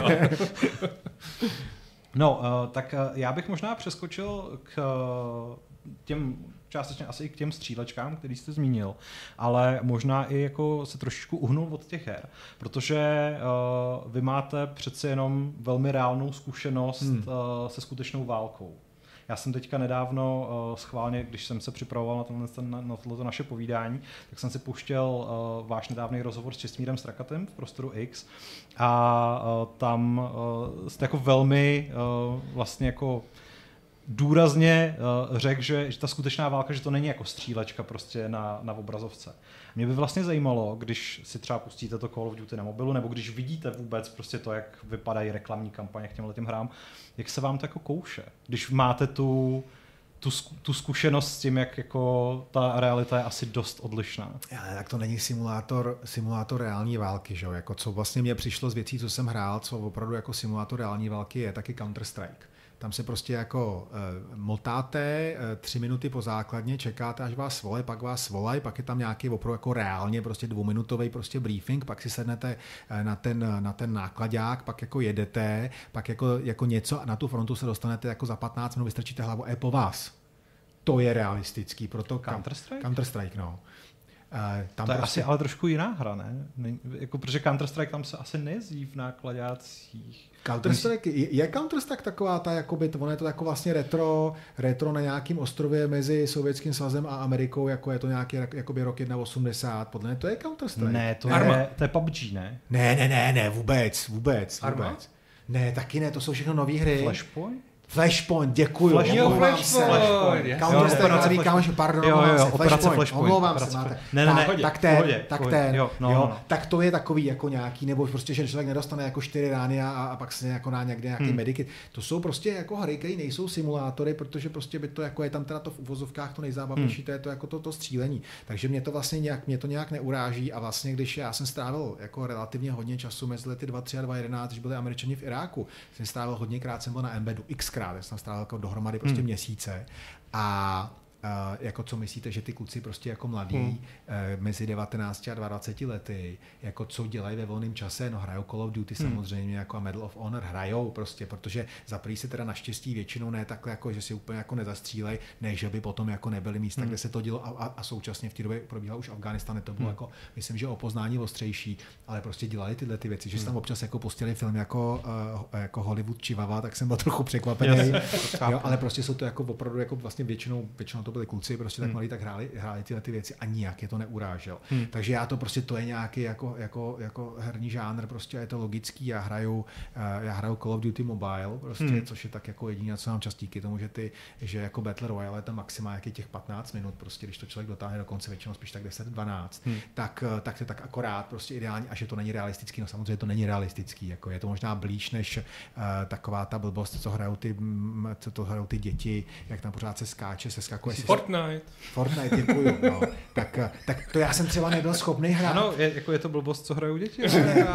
No, tak já bych možná přeskočil k těm částečně asi i k těm střílečkám, který jste zmínil, ale možná i jako se trošičku uhnul od těch her, protože vy máte přece jenom velmi reálnou zkušenost se skutečnou válkou. Já jsem teďka nedávno schválně, když jsem se připravoval na tohleto naše povídání, tak jsem si pouštěl váš nedávný rozhovor s Čestmírem Strakatem v Prostoru X a tam jste jako velmi vlastně jako důrazně řekl, že ta skutečná válka, že to není jako střílečka prostě na obrazovce. Mě by vlastně zajímalo, když si třeba pustíte to Call of Duty na mobilu, nebo když vidíte vůbec prostě to, jak vypadají reklamní kampaně k těmhletěm hrám, jak se vám to jako kouše, když máte tu zkušenost s tím, jak jako ta realita je asi dost odlišná. Tak to není simulátor reální války, že jo? Jako co vlastně mě přišlo z věcí, co jsem hrál, co opravdu jako simulátor reální války je taky Counter-Strike. Tam se prostě jako motáte 3 minuty po základně, čekáte, až vás volají, pak vás volají, pak je tam nějaký opravdu jako reálně prostě 2minutový prostě briefing, pak si sednete na ten nákladák, pak jako jedete, pak jako něco a na tu frontu se dostanete jako za 15 minut, vystrčíte hlavu, po vás. To je realistický, proto Counter-Strike? Counter-Strike, no. Tam to je prostě... asi ale trošku jiná hra, ne? Jako, protože Counter-Strike tam se asi nejezdí v nákladácích. Je Counter-Strike taková ta, jakoby, ono je to jako vlastně retro na nějakým ostrově mezi Sovětským svazem a Amerikou, jako je to nějaký jakoby rok 1.80, podle mě to je Counter-Strike. Ne, to je PUBG, ne? Ne, vůbec. Arma? Ne, taky ne, to jsou všechno nové hry. Flashpoint? Flashpoint, děkuju. Flashpoint. Counter-Strike, říkám, že pardon, omlouvám se. Tak to je takový jako nějaký, nebo prostě, že člověk nedostane jako 4 rány a pak se jako na někde nějaký medikit. To jsou prostě jako hry, které nejsou simulátory, protože prostě by to jako je tam teda to v uvozovkách to nejzábavnější, to je to jako to střílení. Takže mě to vlastně nějak neuráží a vlastně, když já jsem strávil jako relativně hodně času mezi lety 2003 a 2011, když byli Američani v Iráku, jsem strávil hodněkrát, jsem byl na Embedu xkrát, jsem strávil jako dohromady prostě měsíce a jako co myslíte, že ty kluci prostě jako mladí mezi 19 a 22 lety, jako co dělají ve volném čase, no hrajou Call of Duty samozřejmě jako a Medal of Honor hrajou prostě, protože za prvý se teda naštěstí většinou ne takhle jako, že si úplně jako nezastřílej, ne, že by potom jako nebyly místa, kde se to dělo a současně v té době probíhal už Afghánistán, to bylo jako, myslím, že o poznání ostřejší, ale prostě dělali tyhle ty věci, že se tam občas jako pustili film jako Hollywood Chihuahua, tak jsem byl trochu překvapený, jo, ale prostě jsou to jako opravdu jako vlastně většinou to byli kluci, prostě tak malí, tak hráli tyhle ty věci a nijak je to neurážel. Takže já to prostě, to je nějaký jako herní žánr, prostě je to logický, já hraju Call of Duty Mobile, prostě, což je tak jako jediné, co mám čas díky tomu, že jako Battle Royale je tam maximálně těch 15 minut, prostě když to člověk dotáhne do konce, většinou spíš tak 10-12, tak to je tak akorát prostě ideální a že to není realistický, no samozřejmě to není realistický, jako je to možná blíž než taková ta blbost, co hrajou ty děti, jak tam pořád se skakuje. Fortnite, děkuju. No. Tak to já jsem třeba nebyl schopný hrát. Ano, je to blbost, co hrajou děti.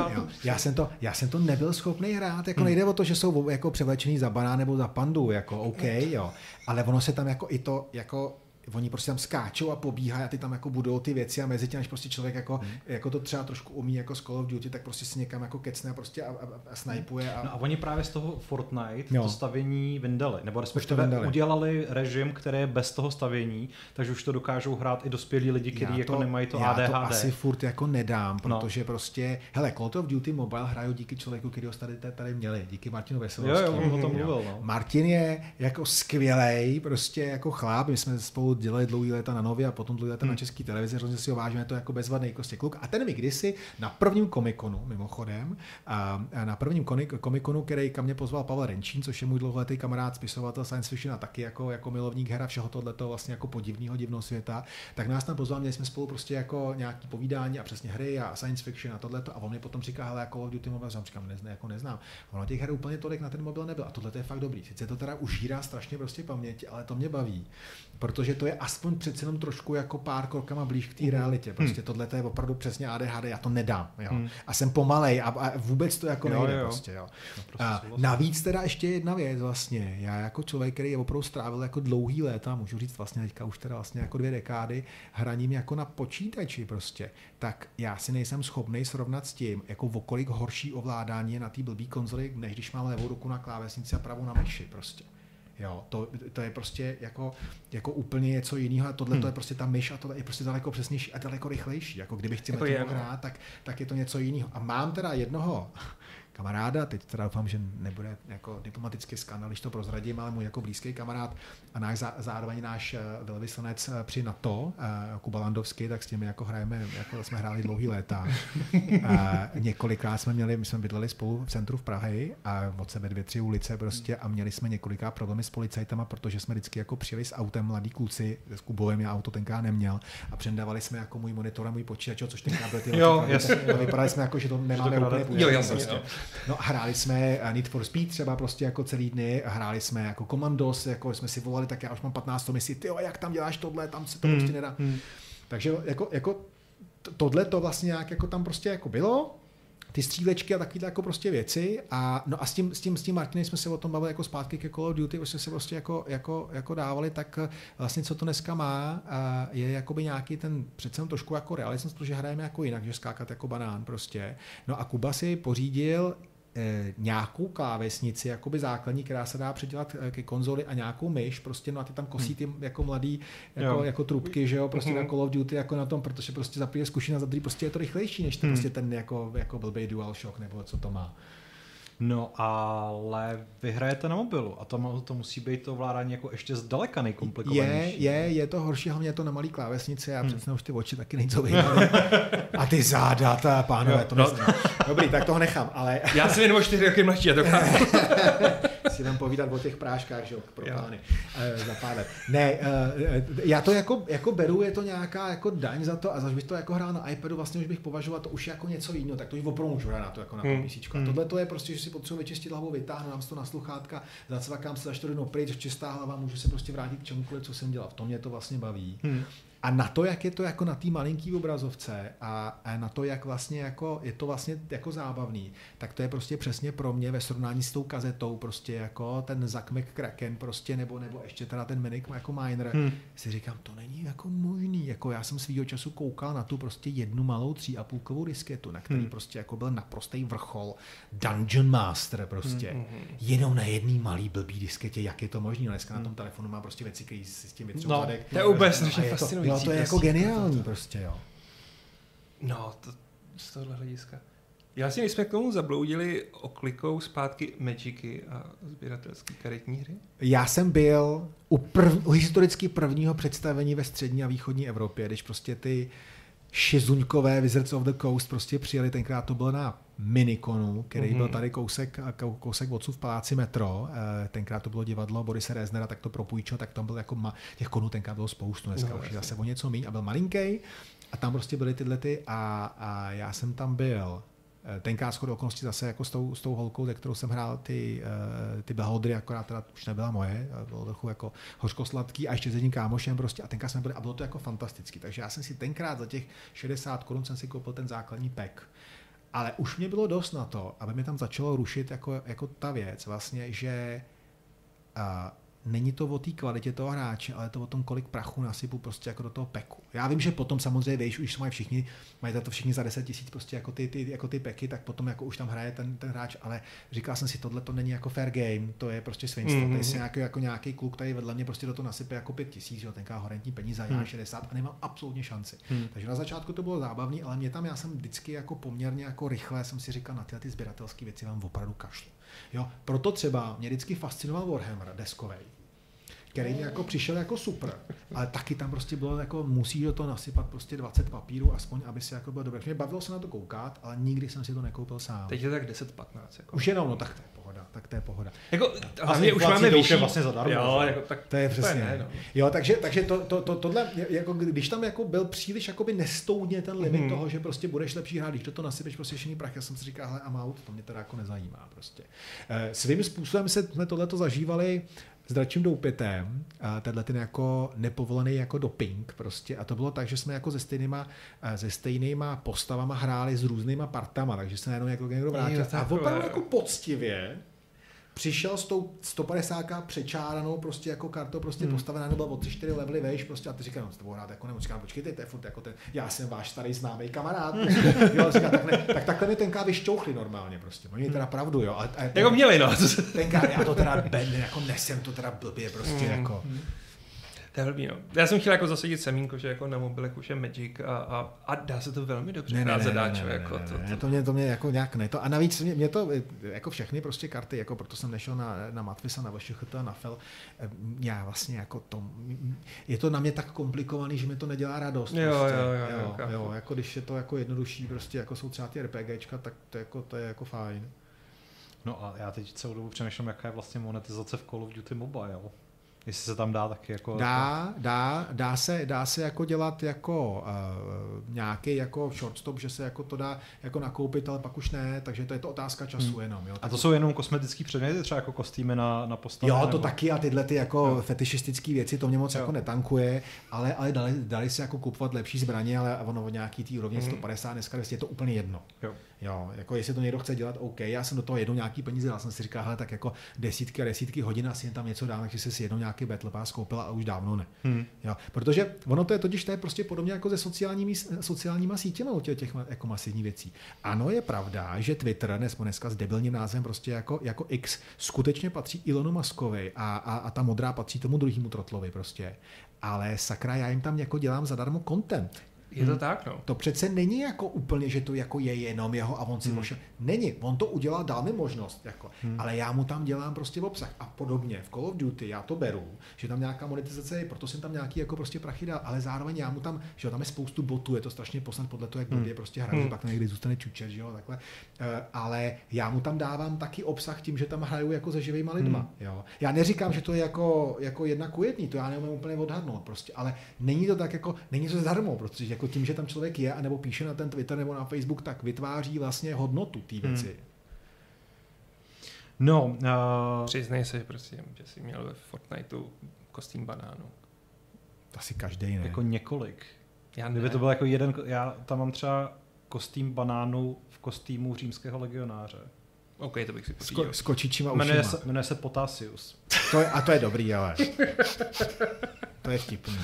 Já jsem to nebyl schopný hrát. Jako nejde o to, že jsou jako převlečený za banán nebo za pandu, jako OK, jo. Ale ono se tam jako i to, jako oni prostě tam skáčou a pobíhají a ty tam jako budou ty věci a mezi tím, než prostě člověk jako to třeba trošku umí jako z Call of Duty, tak prostě si někam jako kecne a prostě a snajpuje. No a oni právě z toho Fortnite to stavění vyndali, nebo respektive udělali režim, který je bez toho stavění, takže už to dokážou hrát i dospělí lidi, kteří jako nemají to ADHD. Já to asi furt jako nedám, protože prostě, hele, Call of Duty Mobile hraju díky člověku, který ho tady měli, díky Martinu Veselovskému. Jo, on o tom mluvil, no. Martin je jako skvělej, prostě jako chlap, my jsme spolu dělali dlouhý léta na Nově a potom dlouhý léta na České televizi, hrozně si ho vážíme, to jako bezvadný prostě kluk. A ten mi kdysi na prvním Comic-Conu, mimochodem, na prvním Comic-Conu, který kam mě pozval Pavel Renčín, což je můj dlouholetý kamarád, spisovatel science fiction a taky jako milovník her a všeho tohleto vlastně jako divného světa, tak nás tam pozval, měli jsme spolu prostě jako nějaký povídání a přesně hry a science fiction a tohleto a on mě potom říká, hele, Call of Duty Mobile, říkám, neznám. Ono těch her úplně tolik na ten mobil nebyl a tohle je fakt dobrý. Sice to teda užírá strašně prostě paměti, ale to mě baví, protože to je aspoň přece jenom trošku jako pár krokama blíž k té realitě. Prostě tohle je opravdu přesně ADHD, já to nedám, jo. A jsem pomalej a vůbec to jako nejde prostě, jo. A navíc teda ještě jedna věc vlastně, já jako člověk, který je opravdu strávil jako dlouhý léta, můžu říct vlastně teďka už teda vlastně jako 2 dekády hraním jako na počítači prostě, tak já si nejsem schopný srovnat s tím, jako okolik horší ovládání je na té blbý konzoli, než když mám levou ruku na klávesnici a pravou na myši prostě. Jo, to je prostě jako úplně něco jiného a tohle to je prostě ta myš a tohle je prostě daleko přesnější a daleko rychlejší. Jako kdybych chtěl jako hrát, tak je to něco jiného. A mám teda jednoho kamaráda, teď teda doufám, že nebude jako diplomatický skandal, když to prozradím, ale můj jako blízký kamarád a zároveň náš velvyslanec při NATO, Kuba Landovský, tak s těmi jako hrajeme, jako jsme hráli dlouhý léta. Několikrát my jsme bydleli spolu v centru v Prahy a od sebe 2-3 ulice prostě a měli jsme několikrát problémy s policajtama, protože jsme vždycky jako přijeli s autem mladí kluci, s Kubovem, já auto tenkrát neměl a přendávali jsme jako můj monitor a můj počítač, což tenkrát byl vypadali jsme jako, že to nemáme úplně půjde. No hráli jsme Need for Speed třeba prostě jako celý dny, hráli jsme jako Commandos, jako jsme si volali, tak já už mám 15 misí, tyjo, jak tam děláš tohle, tam se to prostě nedá. Takže jako tohle to vlastně nějak jako tam prostě jako bylo, ty střílečky a takovýhle jako prostě věci a no a s tím Martinem jsme se o tom bavili jako zpátky ke Call of Duty, prostě se prostě jako dávali, tak vlastně co to dneska má je jakoby nějaký ten přece trošku jako realismus, protože hrajeme jako jinak, že skákat jako banán prostě. No a Kuba si pořídil nějakou klávesnici, jakoby základní, která se dá předělat ke konzoli a nějakou myš, prostě no a ty tam kosí ty jako mladý jako trubky, že jo, prostě na Call of Duty jako na tom, protože prostě za první zkušenost, za druhý prostě je to rychlejší, než to prostě ten jako blbej DualShock nebo co to má. No ale vy hrajete na mobilu a to musí být to ovládání jako ještě zdaleka nejkomplikovanější. Je to horší, hlavně je to na malý klávesnici, já přesně už ty oči taky nejsou vidět. A ty záda, pánové, to neznám. Dobrý, tak toho nechám, ale... Já jsem jen o 4 roky mladší, já to chápu. Si vám povídat o těch práškách, že jo, pro pány. Za pár let. Ne, já to jako beru, je to nějaká jako daň za to a zaž bych to jako hrál na iPadu, vlastně už bych považoval to už jako něco jiného, tak to už opravdu můžu hrát na to jako na PCčko. A tohle to je prostě, že si potřebuji vyčistit hlavu, vytáhnu, dám si to na sluchátka, zacvakám se za 4 dny pryč, čistá hlava, můžu se prostě vrátit k čemukoliv, co jsem dělal. V tom mě to vlastně baví. A na to, jak je to jako na té malinký obrazovce a na to, jak vlastně jako je to vlastně jako zábavný, tak to je prostě přesně pro mě ve srovnání s tou kazetou prostě jako ten Zack McCracken prostě nebo ještě teda ten Manic jako Miner, si říkám, to není jako možný, jako já jsem svýho času koukal na tu prostě jednu malou 3,5kovou disketu, na který prostě jako byl naprostý vrchol Dungeon Master prostě, jenom na jedný malý blbý disketě, jak je to možný, dneska na tom telefonu má prostě věci, který si s tím vytřou zadek. To je úplně strašně fascinující. Jo, to je jako geniální prostě, jo. No, to z tohohle hlediska. Já si nejsme k tomu zabloudili oklikou zpátky Magicy a sběratelský karetní hry? Já jsem byl u historicky prvního představení ve střední a východní Evropě, když prostě ty šizuňkové Wizards of the Coast prostě přijeli, tenkrát to bylo na Minikonu, který byl tady kousek odsud v paláci Metro, tenkrát to bylo divadlo Borise Reznera, tak to propůjčil, tak tam byl jako těch konů tenkrát bylo spoustu, dneska už zase o něco míň a byl malinký a tam prostě byly tyhle a já jsem tam byl tenkrát shodou okolností zase jako s tou holkou, ze kterou jsem hrál ty Beholdry, akorát teda už nebyla moje, bylo trochu jako hořkosladký a ještě s jedním kámošem prostě a tenkrát jsme byli a bylo to jako fantastický, takže já jsem si tenkrát za těch 60 korun jsem si koupil ten základní pack. Ale už mě bylo dost na to, aby mi tam začalo rušit jako ta věc vlastně, že není to o té kvalitě toho hráče, ale to o tom, kolik prachu nasypu prostě jako do toho peku. Já vím, že potom samozřejmě víš, už mají to všichni za 10 000 prostě jako ty peky, tak potom jako už tam hraje ten hráč, ale říkal jsem si, tohle to není jako fair game, to je prostě svinstvo. To je jako nějaký kluk tady vedle mě prostě do toho nasype jako 5 000, že jo, tenká horentní peníze, já 60 a nemám absolutně šanci. Takže na začátku to bylo zábavný, ale já jsem vždycky jako poměrně jako rychle jsem si říkal, na ty sběratelské věci vám opravdu kašlu. Jo, proto třeba mě vždycky fascinoval Warhammer deskovej, který mi jako přišel jako super, ale taky tam prostě bylo jako, musíš do toho nasypat prostě 20 papírů, aspoň, aby si jako bylo dobré. Mě bavilo se na to koukat, ale nikdy jsem si to nekoupil sám. Teď je tak 10-15. Jako. Už jenom, no tak to je pohoda. Jako, hlavně už máme vyšší. Vlastně zadarmo. Jo, jako, tak to je přesně. Ne, no. Jo, takže tohle, jako, když tam jako byl příliš jakoby nestoudně ten limit toho, že prostě budeš lepší hrát, když do toho nasypeš prostě šený prach, já jsem si říkal, hele, I'm out, to mě teda jako nezajímá prostě. Svým způsobem jsme tohleto zažívali s Dračím doupětem, tenhle ten jako nepovolený jako doping prostě, a to bylo tak, že jsme jako se stejnýma postavama hráli s různýma partama, takže se najednou jako někdo vrátil a opravdu jako poctivě přišel s tou 150 přečáranou prostě jako kartou prostě postavená, nebo o 3-4 levely vejš prostě a ty říká, no s tebou hrát jako nemoc, říkám, počkejte, to je furt jako ten, já jsem váš starý známý kamarád, prostě, jo, říká, takhle mi tenkrát vyšťouchli normálně prostě, oni teda pravdu, jo. Jako měli, no. Tenkrát já to teda jako nesem to teda blbě prostě jako. To je blbý, no. Já jsem chtěl jako zasadit semínko, že jako na mobilek už je Magic a dá se to velmi dobře hrát zadáčo. To mě jako nějak ne to. A navíc mě to, jako všechny prostě karty, jako proto jsem nešel na Matvisa, na VŠHT, na FEL. Já vlastně jako to, je to na mě tak komplikovaný, že mi to nedělá radost. Jo, jako když je to jako jednodušší, prostě jako jsou třeba ty RPGčka, tak to je jako fajn. No a já teď celou dobu přemýšlím, jaká je vlastně monetizace v Call of Duty Mobile. Jestli se tam dá taky jako... Dá se jako dělat jako nějaký jako shortstop, že se jako to dá jako nakoupit, ale pak už ne, takže to je to otázka času jenom. Jo. A to jsou jenom kosmetický předměty, třeba jako kostýmy na postavě? Jo, to taky a tyhle ty jako fetišistické věci, to mě moc jako netankuje, ale dali se jako kupovat lepší zbraně, ale ono od nějaký tý úrovně 150, dneska je to úplně jedno. Jo, jako jestli to někdo chce dělat, OK, já jsem do toho jednou nějaký peníze, já jsem si říkal, hele, tak jako desítky hodin asi jen tam něco dám, takže si jednou nějaký Battle Pass koupila a už dávno ne. Jo, protože ono to je prostě podobně jako se sociálníma sítěma u těch jako masivních věcí. Ano, je pravda, že Twitter dneska s debilním názvem prostě jako X skutečně patří Elonu Muskovi a ta modrá patří tomu druhému trotlovi prostě. Ale sakra, já jim tam jako dělám zadarmo content. Je to tak, no. To přece není jako úplně, že to jako je jenom jeho a on si možná. Není, on to udělal, dal mi možnost, jako. Ale já mu tam dělám prostě obsah a podobně. V Call of Duty já to beru, že tam nějaká monetizace je, proto jsem tam nějaký jako prostě prachy dal, ale zároveň já mu tam, že jo, tam je spoustu botů, je to strašně poslat podle toho, jak blbě prostě hraje, že pak někdy zůstane čučet, že jo, takhle. Ale já mu tam dávám taky obsah tím, že tam hraju jako se živýma lidma, jo. Já neříkám, že to je jako 1:1, to já neumím úplně odhadnout prostě, ale není to tak jako, není to zadarmo, protože jako tím, že tam člověk je, anebo píše na ten Twitter nebo na Facebook, tak vytváří vlastně hodnotu té věci. No, přiznej se, prosím, že jsi měl ve Fortniteu kostým banánu. Asi každej, ne? Jako několik. Kdyby to byl jako jeden, já tam mám třeba kostým banánu v kostýmu římského legionáře. OK, to bych si pořídil. S kočičíma ušima. Jmenuje se Potassius. To je dobrý, ale... To je vtipný.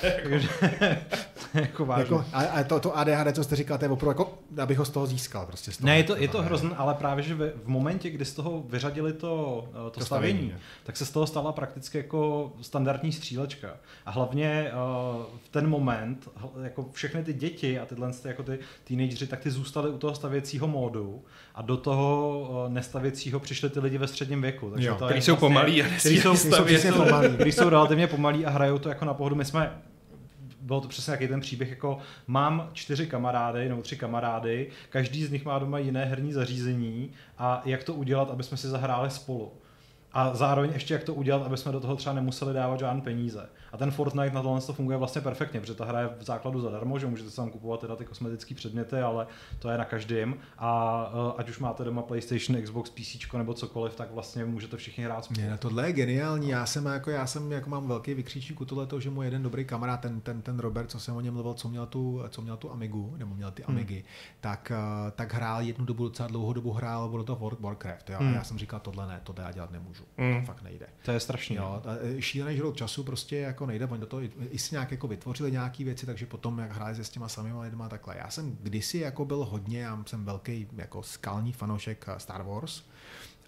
jako a to ADHD, co jste říkal, to je opravdu jako, abych ho z toho získal. Prostě z toho, ne, je to hrozný, ale právě, že v momentě, kdy z toho vyřadili to stavění, tak se z toho stala prakticky jako standardní střílečka. A hlavně v ten moment, jako všechny ty děti a tyhle jako ty teenageři, tak ty zůstali u toho stavěcího módu a do toho nestavěcího přišli ty lidi ve středním věku. Takže jo, kteří jsou pomalí a kteří jsou relativně pomalí a hrajou to jako na pohodu. Bylo to přesně jaký ten příběh, jako mám 4 kamarády nebo 3 kamarády, každý z nich má doma jiné herní zařízení a jak to udělat, aby jsme si zahráli spolu. A zároveň ještě jak to udělat, aby jsme do toho třeba nemuseli dávat žádné peníze. A ten Fortnite na tohle to funguje vlastně perfektně, protože ta hra je v základu zadarmo, že můžete si tam kupovat teda ty kosmetické předměty, ale to je na každém. A ať už máte doma PlayStation, Xbox, PC nebo cokoliv, tak vlastně můžete všichni hrát spolu. Tohle je geniální. Já jsem mám velký vykřičník u tohleto, že můj jeden dobrý kamarád, ten Robert, co jsem o něm mluvil, co měl tu Amigu, nebo měl ty Amigy, tak hrál jednu dobu, docela dlouhou dobu hrál World of Warcraft. Jo? A já jsem říkal, tohle ne, to já dělat nemůžu. To fakt nejde. To je strašný. Jo, šílený žrout času prostě jako nejde, oni do toho i si nějak jako vytvořili nějaký věci, takže potom jak hráli se s těma samýma lidma takhle. Já jsem kdysi jako byl hodně, já jsem velký jako skalní fanoušek Star Wars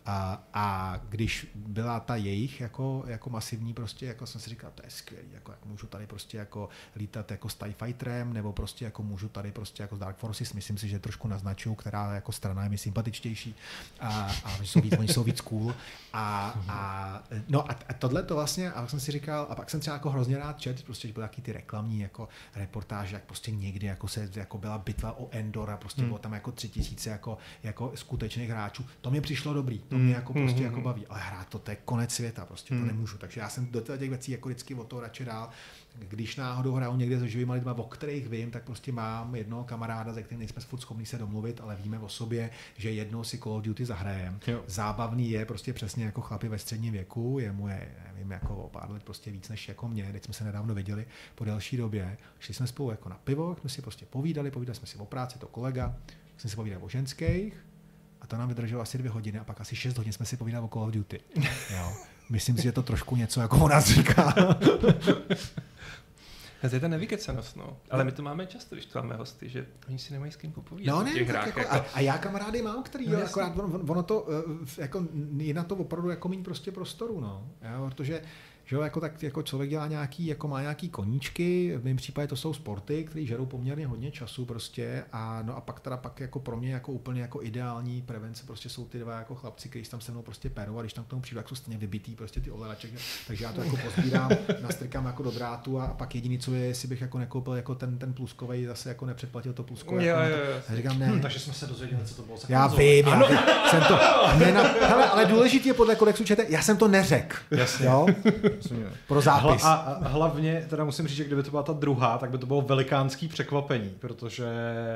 A když byla ta jejich jako masivní, prostě jako jsem si říkal, to je skvělý, jako můžu tady prostě jako lítat jako s TIE Fighterem, nebo prostě jako můžu tady prostě jako s Dark Forces, myslím si, že trošku naznačují, která jako strana je mi sympatičtější a oni jsou víc cool. A tohle to vlastně, a jsem si říkal, a pak jsem třeba jako hrozně rád čet, prostě, že byly taky ty reklamní jako reportáže, jak prostě někdy jako byla bitva o Endor a prostě bylo tam jako 3000 jako skutečných hráčů. To mi přišlo dobrý, to mě jako prostě jako baví, ale hrát to je konec světa, prostě to nemůžu, takže já jsem do těch věcí jako vždycky o to radši dál. Když náhodou hraju někde se živýma lidma, o kterých vím, tak prostě mám jednoho kamaráda, se kterým nejsme furt schopni se domluvit, ale víme o sobě, že jednou si Call of Duty zahrajeme. Zábavný je prostě přesně jako chlapi ve středním věku, jemu je, nevím, jako o pár let prostě víc než jako mě, teď jsme se nedávno viděli po delší době. Šli jsme spolu jako na pivo, jsme si prostě povídali jsme si o práci, to kolega, jsme si povídali o ženských a to nám vydrželo asi 2 hodiny a pak asi 6 hodin jsme si povídali o Call of Duty. Jo. Myslím si, že to trošku něco jako o nás říká. To je ta nevykecanost, no. Ale my to máme často, když to máme hosty, že oni si nemají s kým popovídat o těch hrách. Jako... A já kamarády mám, který, no, akorát ono to, jako, je na to opravdu jako míň prostě prostoru, no. Jo, protože že jako tak jako člověk dělá nějaký, jako má nějaký koníčky, v mém případě to jsou sporty, které žerou poměrně hodně času prostě a no a pak jako pro mě jako úplně jako ideální prevence prostě jsou ty 2 jako chlapci, kteří tam se mnou prostě perou a když tam k tomu přijdu, jak jsou stejně vybitý prostě ty ovladače, takže já to jako pozbírám, nastrkám jako do drátu a pak jediný, co je, jestli bych jako nekoupil jako ten pluskovej, zase jako nepředplatil to pluskové. Jo. A říkám ne. Takže jsme se dozvěděli, co to bylo za já vím, jsem to hele, ale důležitý je podle kodexu ČT, já jsem to neřekl. Jasně. Jo? Pro zápis. A hlavně, teda musím říct, že kdyby to byla ta druhá, tak by to bylo velikánský překvapení, protože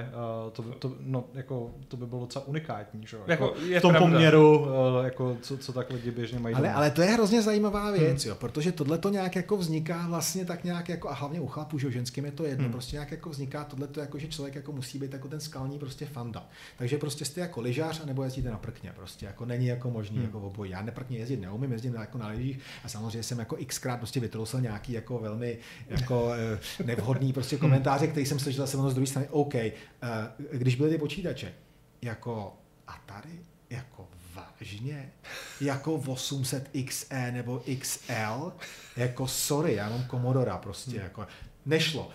to by bylo docela unikátní, že? Jako v tom poměru, jako co tak lidi běžně mají. Ale to je hrozně zajímavá věc, jo, protože tohle to nějak jako vzniká vlastně tak nějak jako, a hlavně u chlapů, že ženským je to jedno, prostě nějak jako vzniká tohleto jako, že člověk jako musí být jako ten skalní prostě fanda. Takže prostě jste jako lyžař a nebo jezdíte na prkně, prostě jako není jako možný jako obojí. Já neprkně jezdit neumím, jezdím jako na lyžích a samozřejmě jsem jako xkrát prostě vytrousil nějaký jako velmi jako nevhodný prostě komentáře, který jsem slyšel zase z druhé strany. OK, když byly ty počítače, jako Atari, jako vážně, jako 800 XE nebo XL, jako sorry, já mám Commodora prostě, jako nešlo.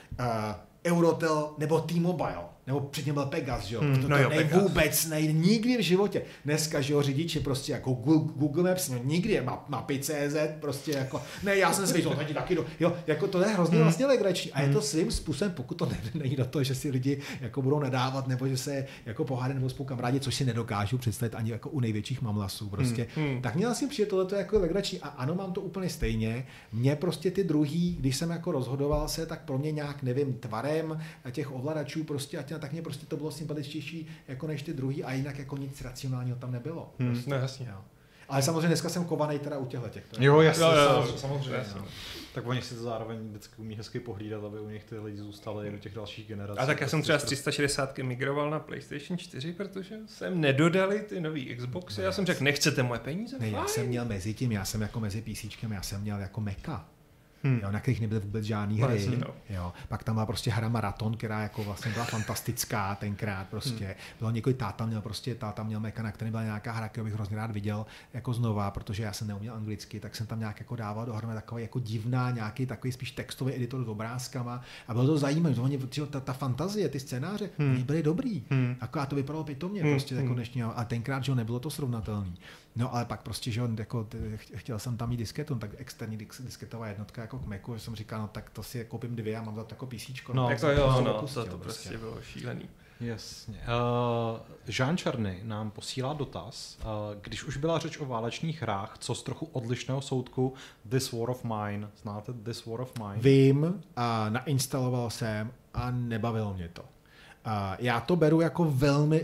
Eurotel nebo T-Mobile, nebo předtím byl Pegas, že jo? Vůbec nejde, nikdy v životě. Dneska, že jo, řidiči prostě jako Google Maps, no nikdy, mapy.cz, prostě jako, ne, já jsem si vyšel, taky jo, jako to je hrozně vlastně legrační. A je to svým způsobem, pokud to není do toho, že si lidi jako budou nadávat, nebo že se jako pohádají nebo spolu kamarádi, což si nedokážu představit ani jako u největších mamlasů prostě. Tak měl jsem přijít, tohle to jako legrační a ano, mám to úplně stejně. Mě prostě ty druhý, když jsem jako rozhodoval se, tak pro mě nějak, nevím, tvarem těch ovladačů prostě tak mě prostě to bylo sympatičtější jako než ty druhý a jinak jako nic racionálního tam nebylo. Prostě. No jasně. Jo. Ale samozřejmě dneska jsem kovanej teda u těchhletěch. Jo, jasně, samozřejmě. Tak oni si to zároveň vždycky umí hezky pohlídat, aby u nich ty lidi zůstali do těch dalších generací. A tak já jsem třeba z 360 migroval na PlayStation 4, protože jsem nedodali ty nový Xboxy. Já jsem řekl, nechcete moje peníze? Ne, já jsem měl mezi tím, já jsem jako mezi PCčkem, já jsem měl jako Mecha. Jo, na kterých nebyly vůbec žádný hry. Jo. Pak tam byla prostě hra Marathon, která jako vlastně byla fantastická tenkrát prostě. Bylo několik, táta měl Mecha, na kterém byla nějaká hra, kterou bych hrozně rád viděl jako znova, protože já jsem neuměl anglicky, tak jsem tam nějak jako dával dohromady takový jako divná, nějaký takový spíš textový editor s obrázkama a bylo to zajímavé, že ta fantazie, ty scénáře, oni byly dobrý. A to vypadalo pitomně prostě jako dnešního, a tenkrát, že nebylo to srovnatelný. No ale pak prostě, že jako, chtěl jsem tam mít disketu, tak externí disketová jednotka jako k Macu, že jsem říkal, no tak to si koupím 2 a mám za to jako PCčko. No, tak jo, to prostě bylo šílený. Jasně. Jean Černý nám posílá dotaz. Když už byla řeč o válečných hrách, co z trochu odlišného soudku This War of Mine? Znáte This War of Mine? Vím, nainstaloval jsem a nebavilo mě to. Já to beru jako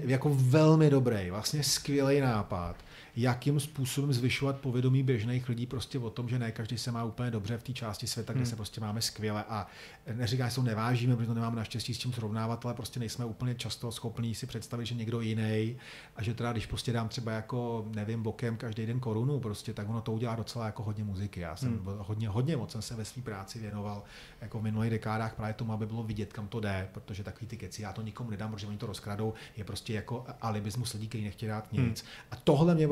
velmi dobrý, vlastně skvělý nápad, jakým způsobem zvyšovat povědomí běžných lidí prostě o tom, že ne každý se má úplně dobře v té části světa, kde se prostě máme skvěle a neříkám, že to nevážíme, protože to nemáme naštěstí s čím srovnávat, ale prostě nejsme úplně často schopní si představit, že někdo jiný a že teda když prostě dám třeba jako nevím bokem každý den korunu prostě, tak ono to udělá docela jako hodně muziky. Já jsem hodně moc jsem se ve své práci věnoval jako v minulých dekádách právě tomu, aby bylo vidět, kam to jde, protože takový ty keci já to nikomu nedám, protože oni to rozkradou, je prostě jako alibismus lidí, kteří nechtějí dát nic. A tohle mě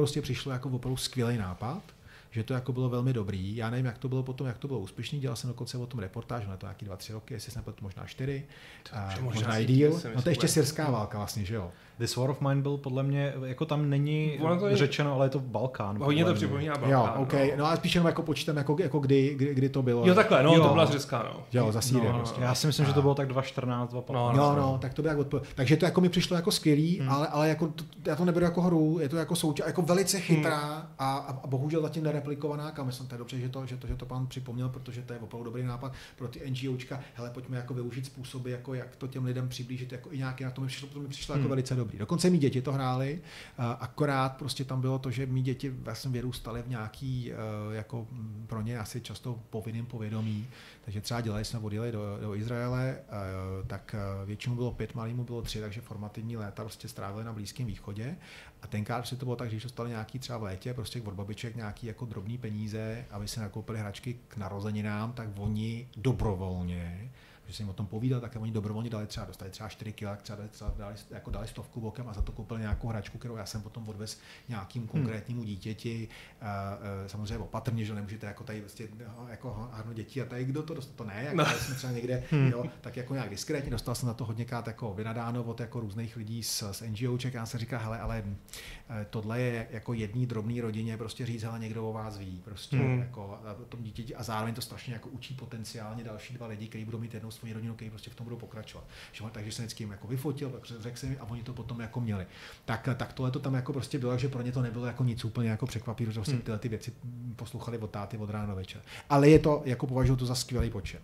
prostě přišlo jako opravdu skvělý nápad, že to jako bylo velmi dobrý. Já nevím, jak to bylo potom, jak to bylo úspěšný. Dělal jsem dokonce o tom reportáž, na to nějaký 2-3 roky, jestli jsem nepletu, možná 4. Možná i díl. No to je ještě syrská válka vlastně, že jo. This War of Mine byl podle mě, jako tam není řečeno, ale je to Balkán. Hodně to připomíná Balkán. Jo, okay. No a spíš jenom jako počítam, jako kdy to bylo. Jo, takhle, no, to byla řecká, no. Jo, za Sýrie prostě. Já si myslím, že to bylo tak 2014, 2015. No, tak to by jak odpověděl. Takže to jako mi přišlo jako skvělý, ale jako já to neberu jako hru, je to jako součást, jako velice chytrá a bohužel zatím nereplikovaná, kam myslím, to je dobře, že to pan připomněl, protože to je opravdu dobrý nápad pro ty NGOčka. Hele, pojďme jako využít způsoby, jako jak to těm lidem přiblížit, jako i nějaký, na to mi přišlo jako velice dobrý. Dokonce mí děti to hráli, akorát prostě tam bylo to, že mí děti vlastně vyrůstaly v nějaký jako pro ně asi často povinným povědomí, takže třeba jsme odjeli do Izraele, tak většinou bylo 5, malýmu bylo 3, takže formativní léta prostě strávili na Blízkém východě a tenkrát prostě to bylo tak, že když dostali nějaký třeba v létě prostě od babiček nějaký jako drobný peníze, aby si nakoupili hračky k narozeninám, tak oni dobrovolně, že jsem jim o tom povídal, tak oni dobrovolně dostali třeba 4 kg, třeba dali 100 bokem a za to koupili nějakou hračku, kterou já jsem potom odvez nějakým konkrétnímu dítěti. Samozřejmě opatrně, že nemůžete jako tady vlastně jako hárnout děti a tady kdo to dostal, to ne, jako jsme třeba někde, jo, tak jako nějak diskrétně, dostal jsem na to hodněkrát jako vynadáno od jako různých lidí z NGOček a já se říká, hele, ale tohle je jako jedný drobný rodině prostě říct, hele, někdo o vás ví, prostě jako o tom dítěti a zároveň to strašně jako učí potenciálně další 2 lidi, kteří budou mít jednou svoji rodinu, který prostě v tom budou pokračovat. Takže jsem vždycky jim jako vyfotil, řekl jsem jim a oni to potom jako měli. Tak tohle to tam jako prostě bylo, že pro ně to nebylo jako nic úplně jako překvapivého, že prostě tyhle ty věci poslouchali od táty od rána do večera. Ale je to, jako považuji to za skvělý počin.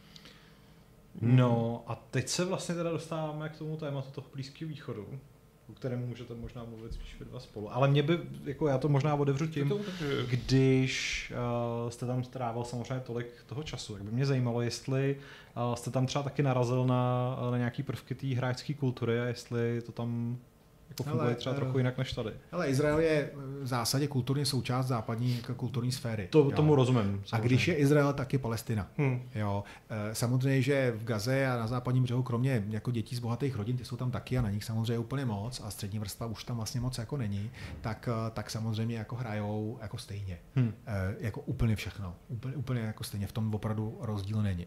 No a teď se vlastně teda dostáváme k tomu tématu toho Blízkého východu, o kterém můžete možná mluvit spíš vy dva spolu. Ale mě by, jako já to možná otevřu tím, když jste tam strávil samozřejmě tolik toho času, tak by mě zajímalo, jestli jste tam třeba taky narazil na nějaký prvky té hráčské kultury a jestli to tam jako funguje třeba trochu jinak než tady. Ale Izrael je v zásadě kulturní součást západní jako kulturní sféry. Tomu rozumím. Samozřejmě. A když je Izrael, tak je Palestina. Jo. Samozřejmě, že v Gaze a na západním břehu, kromě jako dětí z bohatých rodin, ty jsou tam taky a na nich samozřejmě úplně moc a střední vrstva už tam vlastně moc jako není, tak samozřejmě jako hrajou jako stejně. Jako úplně všechno. Úplně jako stejně. V tom opravdu rozdíl není.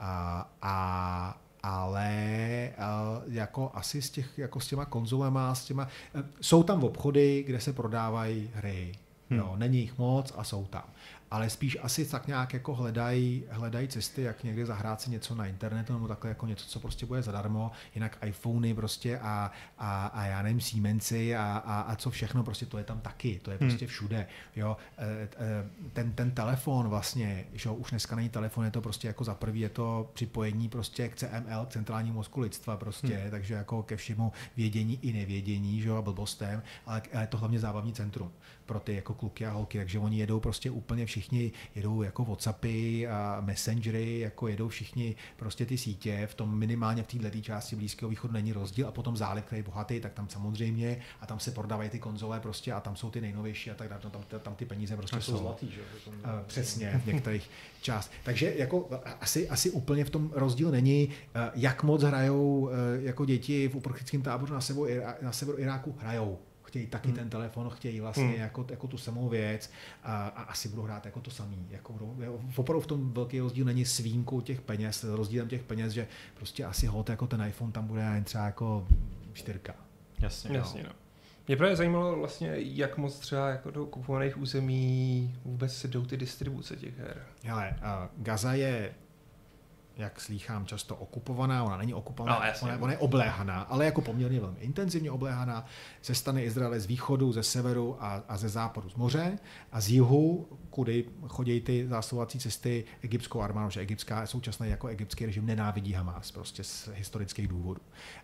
Ale jako asi s těma konzolema, jsou tam obchody, kde se prodávají hry. Jo, není jich moc a jsou tam. Ale spíš asi tak nějak jako hledají cesty, jak někde zahrát si něco na internetu nebo takhle jako něco, co prostě bude zadarmo, jinak iPhony prostě a já nevím, Siemensy a co všechno, prostě to je tam taky, to je prostě všude, jo. Ten telefon vlastně, že už dneska není telefon, je to prostě jako za prvý je to připojení prostě k CML, k centrálnímu mozku lidstva prostě, takže jako ke všemu vědění i nevědění, že jo, a blbostem, ale je to hlavně zábavní centrum pro ty jako kluky a holky, takže oni jedou prostě úplně všichni jedou jako WhatsAppy a Messengery, jako jedou všichni prostě ty sítě, v tom minimálně v této části Blízkého východu není rozdíl a potom záliv, který je bohatý, tak tam samozřejmě a tam se prodávají ty konzole prostě a tam jsou ty nejnovější a tak dále, tam ty peníze prostě jsou zlatý, že? Přesně, v některých část. Takže jako asi úplně v tom rozdíl není, jak moc hrajou jako děti v uprchlickém táboru na severu Iráku hrajou. Chtějí taky ten telefon, chtějí vlastně jako tu samou věc a asi budou hrát jako to samý. Opravdu v tom velký rozdíl není s výjimkou těch peněz, rozdílem těch peněz, že prostě asi hod jako ten iPhone tam bude jen třeba jako 4. Jasně, no. Mě právě zajímalo vlastně, jak moc třeba jako do okupovaných území vůbec se jdou ty distribuce těch her. Hele, Gaza je, jak slýchám, často okupovaná, ona není okupovaná, ona je obléhaná, ale jako poměrně velmi intenzivně obléhaná ze strany Izraele z východu, ze severu a ze západu z moře a z jihu, kudy chodí ty zásobovací cesty egyptskou armádou, že současný jako egyptský režim nenávidí Hamas, prostě z historických důvodů.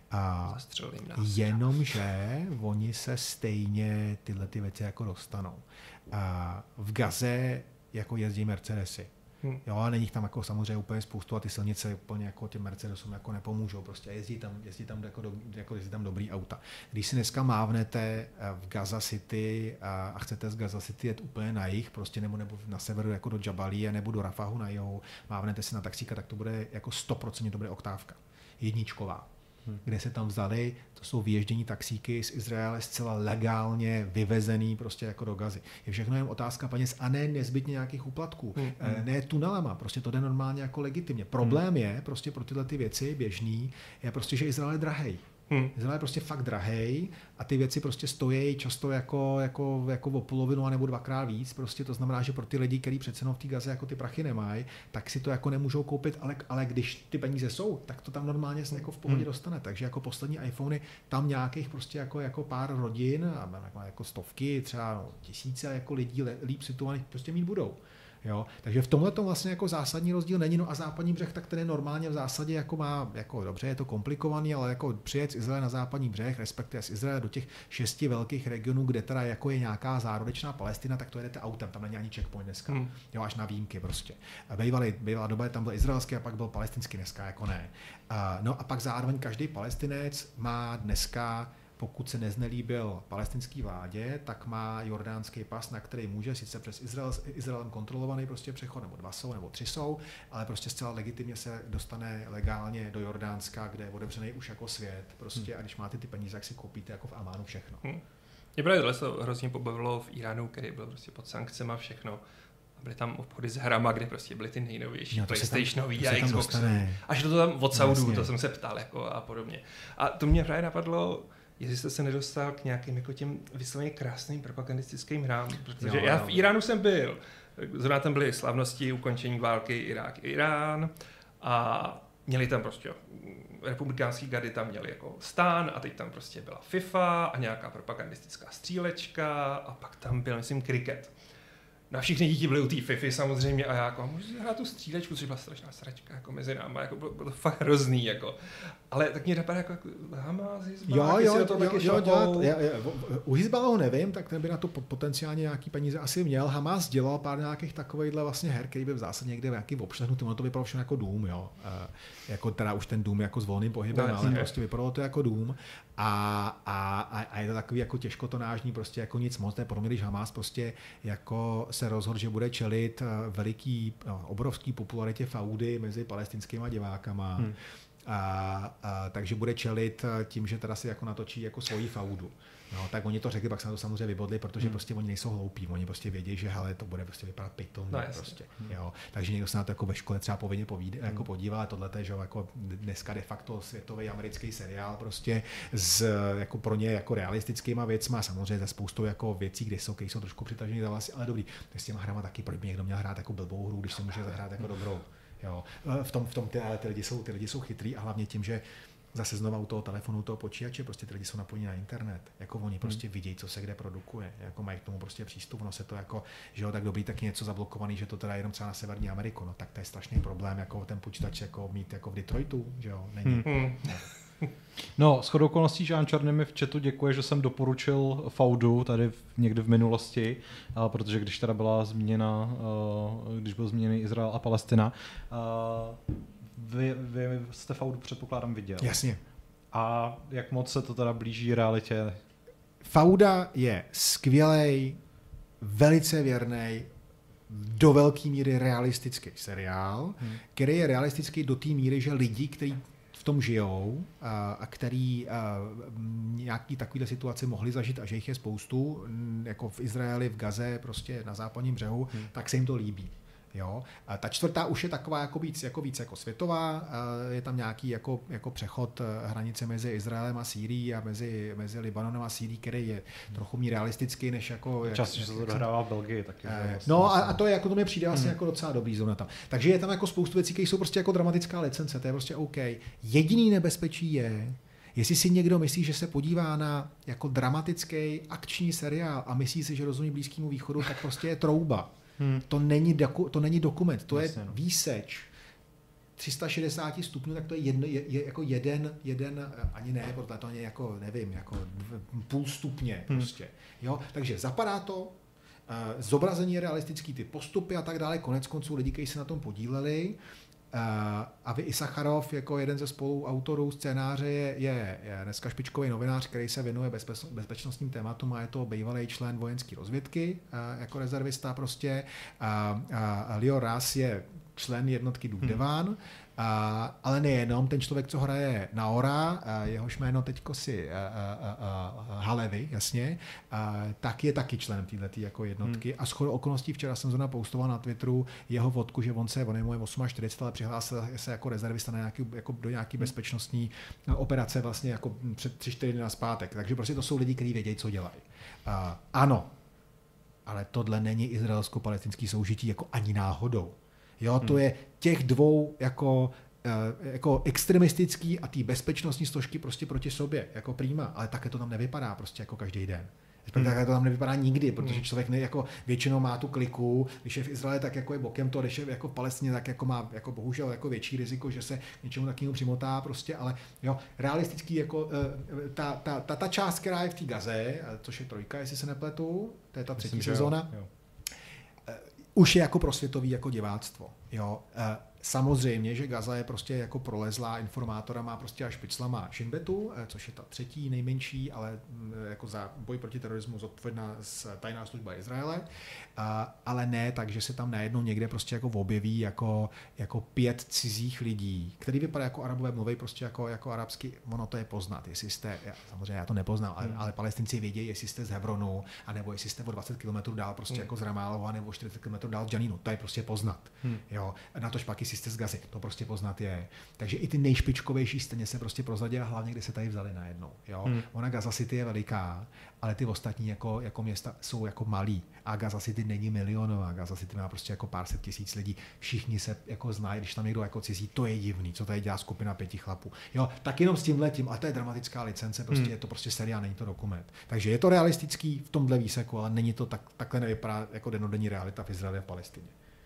Jenomže oni se stejně tyhle ty věci jako dostanou. V Gaze jako jezdí Mercedesy. Jo, a není tam jako samozřejmě úplně spoustu a ty silnice úplně jako těm Mercedesům jako nepomůžou. Prostě jezdí tam dobrý auta. Když si dneska mávnete v Gaza City a chcete z Gaza City jet úplně na jih, prostě nebo na severu jako do Jabalí nebo do Rafahu na jihu, mávnete si na taxíka, tak to bude jako 100% to bude oktávka. Jedničková. kde se tam vzali, to jsou vyježdění taxíky z Izraele zcela legálně vyvezený prostě jako do Gazy. Je všechno jen otázka peněz a ne nezbytně nějakých úplatků. Ne tunelama, prostě to jde normálně jako legitimně. Problém je prostě pro tyhle ty věci běžný, je prostě, že Izrael je drahej. Izrael je prostě fakt drahej a ty věci prostě stojí často jako o polovinu a nebo dvakrát víc. Prostě to znamená, že pro ty lidi, kteří přece v té Gaze jako ty prachy nemají, tak si to jako nemůžou koupit, ale když ty peníze jsou, tak to tam normálně jako v pohodě dostane. Takže jako poslední iPhony, tam nějakých prostě jako pár rodin, jako stovky, třeba tisíce jako lidí líp situovaných prostě mít budou. Jo? Takže v tomhle tom vlastně jako zásadní rozdíl není. No a západní břeh, tak ten je normálně v zásadě jako má, jako dobře, je to komplikovaný, ale jako přijet z Izraele na západní břeh, respektive z Izraele do těch 6 velkých regionů, kde teda jako je nějaká zárodečná Palestina, tak to jedete autem, tam není ani checkpoint dneska. Jo, až na výjimky prostě. Bývala doba, tam byl izraelský a pak byl palestinský, dneska jako ne. No a pak zároveň každý Palestinec má dneska, pokud se neznelíbil palestinský vládě, tak má jordánský pas, na který může sice přes Izraelem kontrolovaný prostě přechod, nebo 2 jsou, nebo 3 jsou, ale prostě zcela legitimně se dostane legálně do Jordánska, kde je otevřený už jako svět. Prostě a když máte ty peníze, tak si koupíte jako v Amánu všechno. Mě právě tohle to hrozně pobavilo v Iránu, který byl prostě pod sankcemi a všechno. Byly tam obchody s hrama, kde prostě byly ty nejnovější PlayStationový a Xboxy. Až to tam od Saudů, to jsem se ptal jako a podobně. A to mě právě napadlo, jestli jste se nedostal k nějakým jako těm vysloveně krásným propagandistickým hrám, protože já v Iránu jsem byl. Zrovna tam byly slavnosti ukončení války Irák-Irán a měli tam prostě republikánský gardy tam měli jako stán a teď tam prostě byla FIFA a nějaká propagandistická střílečka a pak tam byl, myslím, kriket. Na všichni děti byly u té Fify samozřejmě a já jako, můžu si hrát tu střílečku, což byla strašná sračka jako mezi náma, jako bylo to fakt hrozný, jako. Ale tak mě napadá jako Hamas, Hizbah, jestli to taky šlapou. U Hizbahu nevím, tak ten by na to potenciálně nějaký peníze asi měl. Hamas dělal pár nějakých takovejhle vlastně her, který by v zásadě někde nějaký obšlehnutý, ono to vypadalo všechno jako dům, jo. Jako teda už ten dům jako s volným pohybem, ale prostě vypadalo to jako dům. A je to takový jako těžkotonážní, prostě jako nic moc, to je podobně, když Hamas prostě jako se rozhodl, že bude čelit obrovský popularitě faudy mezi palestinskými divákama. Takže bude čelit tím, že teda si jako natočí jako svoji faudu. No, tak oni to řekli, pak se na to samozřejmě vybodli, protože prostě oni nejsou hloupí, oni prostě vědí, že hele, to bude prostě vypadat pitomně, prostě. Jo. Takže někdo se na to jako ve škole třeba povinně jako podívá, ale tohle je, že jako dneska de facto světový americký seriál prostě jako pro ně jako realistickýma věcma, samozřejmě za spoustou jako věcí, kde jsou trošku přitažený za vlasy, ale dobrý. S těma hrama taky, proč by někdo měl hrát jako blbou hru, když se může zahrát jako dobrou. Jo. V tom ty lidi jsou chytrý a hlavně tím, že zase znova u toho telefonu, toho počítače, prostě ty lidi jsou napojení na internet. Jako oni prostě vidějí, co se kde produkuje. Jako mají k tomu prostě přístup, no se to jako, že jo, tak dobrý, tak něco zablokovaný, že to teda jenom třeba na Severní Ameriku, no tak to je strašný problém, jako ten počítač jako mít jako v Detroitu, že jo, není. No, shodou okolností Žán Černý mi v chatu děkuje, že jsem doporučil faudu tady někdy v minulosti, protože když teda byla zmíněna, když byl zmíněný Izrael a Palestina, vy jste faudu předpokládám viděl. Jasně. A jak moc se to teda blíží realitě? Fauda je skvělej, velice věrnej, do velké míry realistický seriál, který je realistický do té míry, že lidi, kteří v tom žijou a který nějaký takovýhle situace mohli zažít a že jich je spoustu, jako v Izraeli, v Gaze, prostě na západním břehu, tak se jim to líbí. Jo. A ta 4. už je taková jako víc jako světová, je tam nějaký jako přechod hranice mezi Izraelem a Sýrií a mezi Libanonem a Sýrií, který je trochu méně realistický, než jako... Často se to dohrává v Belgii taky. No a to je jako, to mi přijde vlastně jako docela dobrý zóna tam. Takže je tam jako spoustu věcí, které jsou prostě jako dramatická licence, to je prostě OK. Jediný nebezpečí je, jestli si někdo myslí, že se podívá na jako dramatický akční seriál a myslí si, že rozumí Blízkému východu, tak prostě je trouba. To není dokument, to je výseč 360 stupňů, tak to je jako jeden, ani ne, protože to ani jako, nevím, jako půl stupně prostě. Jo? Takže zapadá to, zobrazení je realistický, ty postupy a tak dále, konec konců lidi, kteří se na tom podíleli, Avi Isacharov jako jeden ze spoluautorů scénáře je dneska špičkový novinář, který se věnuje bezpečnostním tématům a je to bývalý člen vojenské rozvědky jako rezervista prostě. Leo Ras je člen jednotky Duke Devan, ale nejenom, ten člověk, co hraje Naora, jehož jméno teďko si Halevi, jasně, tak je taky členem této jako jednotky a shodou okolností včera jsem zrovna postoval na Twitteru jeho fotku, že on je moje 48, ale přihlásil se jako rezervista na do nějaký bezpečnostní operace vlastně jako před 3-4 dny nazpátek. Takže prostě to jsou lidi, kteří vědějí, co dělají. Ano, ale tohle není izraelsko-palestinský soužití jako ani náhodou. Jo, to je těch dvou jako extremistický a ty bezpečnostní složky prostě proti sobě, jako prima, ale také to tam nevypadá prostě jako každý den. Také to tam nevypadá nikdy, protože člověk jako většinou má tu kliku, když je v Izraeli, tak jako je bokem to, když je jako v Palestině, tak jako má jako bohužel jako větší riziko, že se něčemu takovému přimotá prostě, ale jo, realistický jako ta část, která je v té Gaze, což je 3, jestli se nepletu, to je ta 3. sezóna, už je jako pro světový jako diváctvo. Jo. Samozřejmě, že Gaza je prostě jako prolezlá informátora, má prostě až špicla, má Shin Betu, což je ta 3. nejmenší, ale jako za boj proti terorismu zodpovědná tajná služba Izraele, ale ne tak, že se tam najednou někde prostě jako objeví jako 5 cizích lidí, který vypadá jako Arabové, mluví prostě jako arabsky, ono to je poznat, jestli jste, samozřejmě já to nepoznám, ale Palestinci vědí, jestli jste z Hebronu, anebo jestli jste o 20 km dál prostě jako z Ramálova, nebo 40 km dál z Janinu, to je prostě poznat. Jo. Na to špaky jste z Gazy, to prostě poznat je. Takže i ty nejšpičkovější scény se prostě prozradí a hlavně, kde se tady vzali najednou. Jo? Ona Gaza City je veliká, ale ty ostatní jako města jsou jako malý. A Gaza City není milionová, Gaza City má prostě jako pár set tisíc lidí. Všichni se jako znají, když tam někdo jako cizí, to je divný, co tady dělá skupina 5 chlapů. Jo, tak jenom s tímhletím, ale to je dramatická licence, prostě je to prostě seriál, není to dokument. Takže je to realistický v tomhle výseku, ale není to takhle nevypadá jako dennodenní realita v Izraeli a Palestině.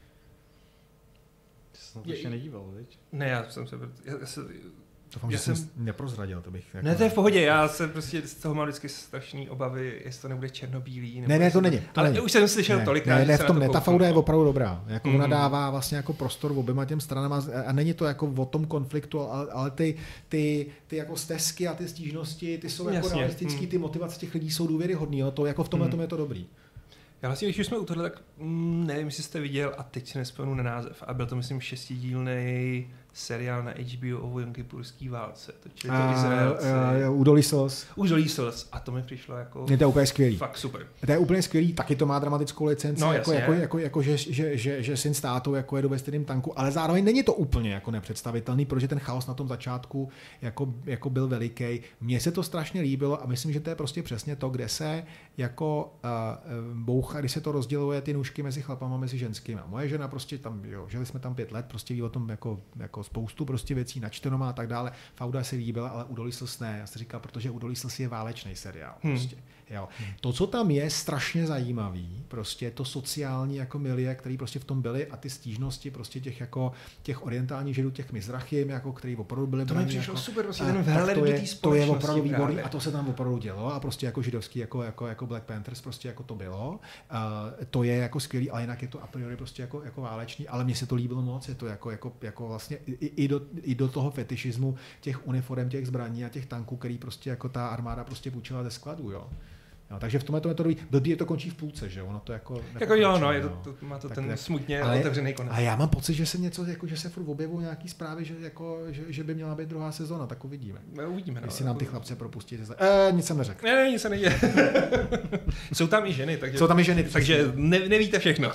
Jsem to ještě nedíval, viď? Ne, já jsem se... Doufám, že jsem neprozradil, to bych... Jako... Ne, to je v pohodě, já se prostě z toho mám vždycky strašný obavy, jestli to nebude černobílý. Ne, to není. Ale už jsem slyšel tolikrát, ne, v tom ne, ta fauda je opravdu dobrá. Jako ona dává vlastně jako prostor oběma těm stranám a není to jako o tom konfliktu, ale ty jako stezky a ty stížnosti, ty jsou jako realistický, ty motivace těch lidí jsou důvěryhodný, jo, to jako v tomhle tom je to dobrý. Já vlastně, když už jsme u tohle, tak nevím, jestli jste viděl, a teď si nespomenu na název, a byl to, myslím, 6dílný seriál na HBO o Jomkipurský válce. Točili to Izraelci. Údolí slz. Údolí slz. A to mi přišlo jako... To je úplně skvělý. Fakt super. To je úplně skvělý. Taky to má dramatickou licenci, no, jako že syn státu jako jedu ve stejném tanku, ale zároveň není to úplně jako nepředstavitelný, protože ten chaos na tom začátku jako byl veliký. Mně se to strašně líbilo a myslím, že to je prostě přesně to, kde se jako boucha, když se to rozděluje ty nůžky mezi chlapama, mezi ženskými. Moje žena prostě tam, jo, žili jsme tam 5 let, prostě ví o tom jako spoustu prostě věcí načteno a tak dále. Fauda se líbila, ale Údolí slz ne. Já si říkal, protože Údolí slz je válečný seriál. Prostě. Jo. To, co tam je strašně zajímavý, prostě to sociální jako milie, který prostě v tom byly a ty stížnosti prostě těch orientálních židů, těch Mizrachim, jako který opravdu byly. To mi přišlo jako, super, prostě ten vhled do té společnosti. To je opravdu výborný a to se tam opravdu dělo a prostě jako židovský, jako Black Panthers prostě jako to bylo. To je jako skvělý, ale jinak je to a priori prostě jako válečný, ale mně se to líbilo moc, je to jako vlastně i do toho fetišismu těch uniform, těch zbraní a těch tanků, který prostě jako ta armáda prostě půjčila ze skladu, jo. No, takže v tomhle to metodový blbý to končí v půlce, že ono to jako jo, no, má to tak ten smutně otevřený konec. Ale já mám pocit, že se něco jako že se furt objevují nějaký zprávy, že by měla být druhá sezóna, tak uvidíme. Uvidíme, no. Jestli nám ty chlapce propustí. Nic jsem neřekl. Ne, nic se neděje. Jsou tam i ženy, takže nevíte všechno.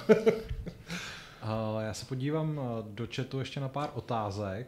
Já se podívám do chatu ještě na pár otázek.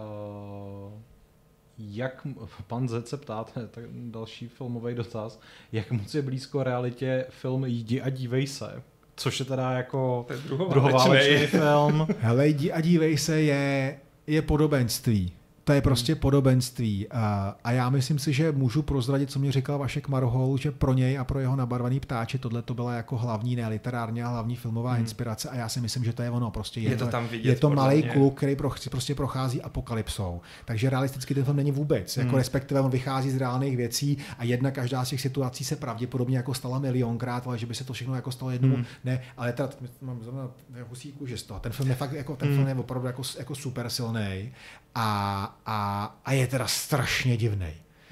Jak pan Zec se ptá, tak další filmový dotaz, jak moc je blízko realitě film Jdi a dívej se, což je teda jako druhoválečný film. Hele, Jdi a dívej se je podobenství. To je prostě podobenství a já myslím si, že můžu prozradit, co mi říkal Vašek Marhol, že pro něj a pro jeho Nabarvaný ptáče tohle to byla jako hlavní, ne literárně, a hlavní filmová inspirace a já si myslím, že to je ono. Prostě je to malej kluk, který prostě prochází apokalypsou. Takže realisticky ten film není vůbec. Jako respektive on vychází z reálných věcí a každá z těch situací se pravděpodobně jako stala milionkrát, ale že by se to všechno jako stalo jednomu. Ne, ale teda mám zrovna husí kůži z toho. Ten film je fakt jako ten film je opravdu jako super silnej. A je teda strašně divnej.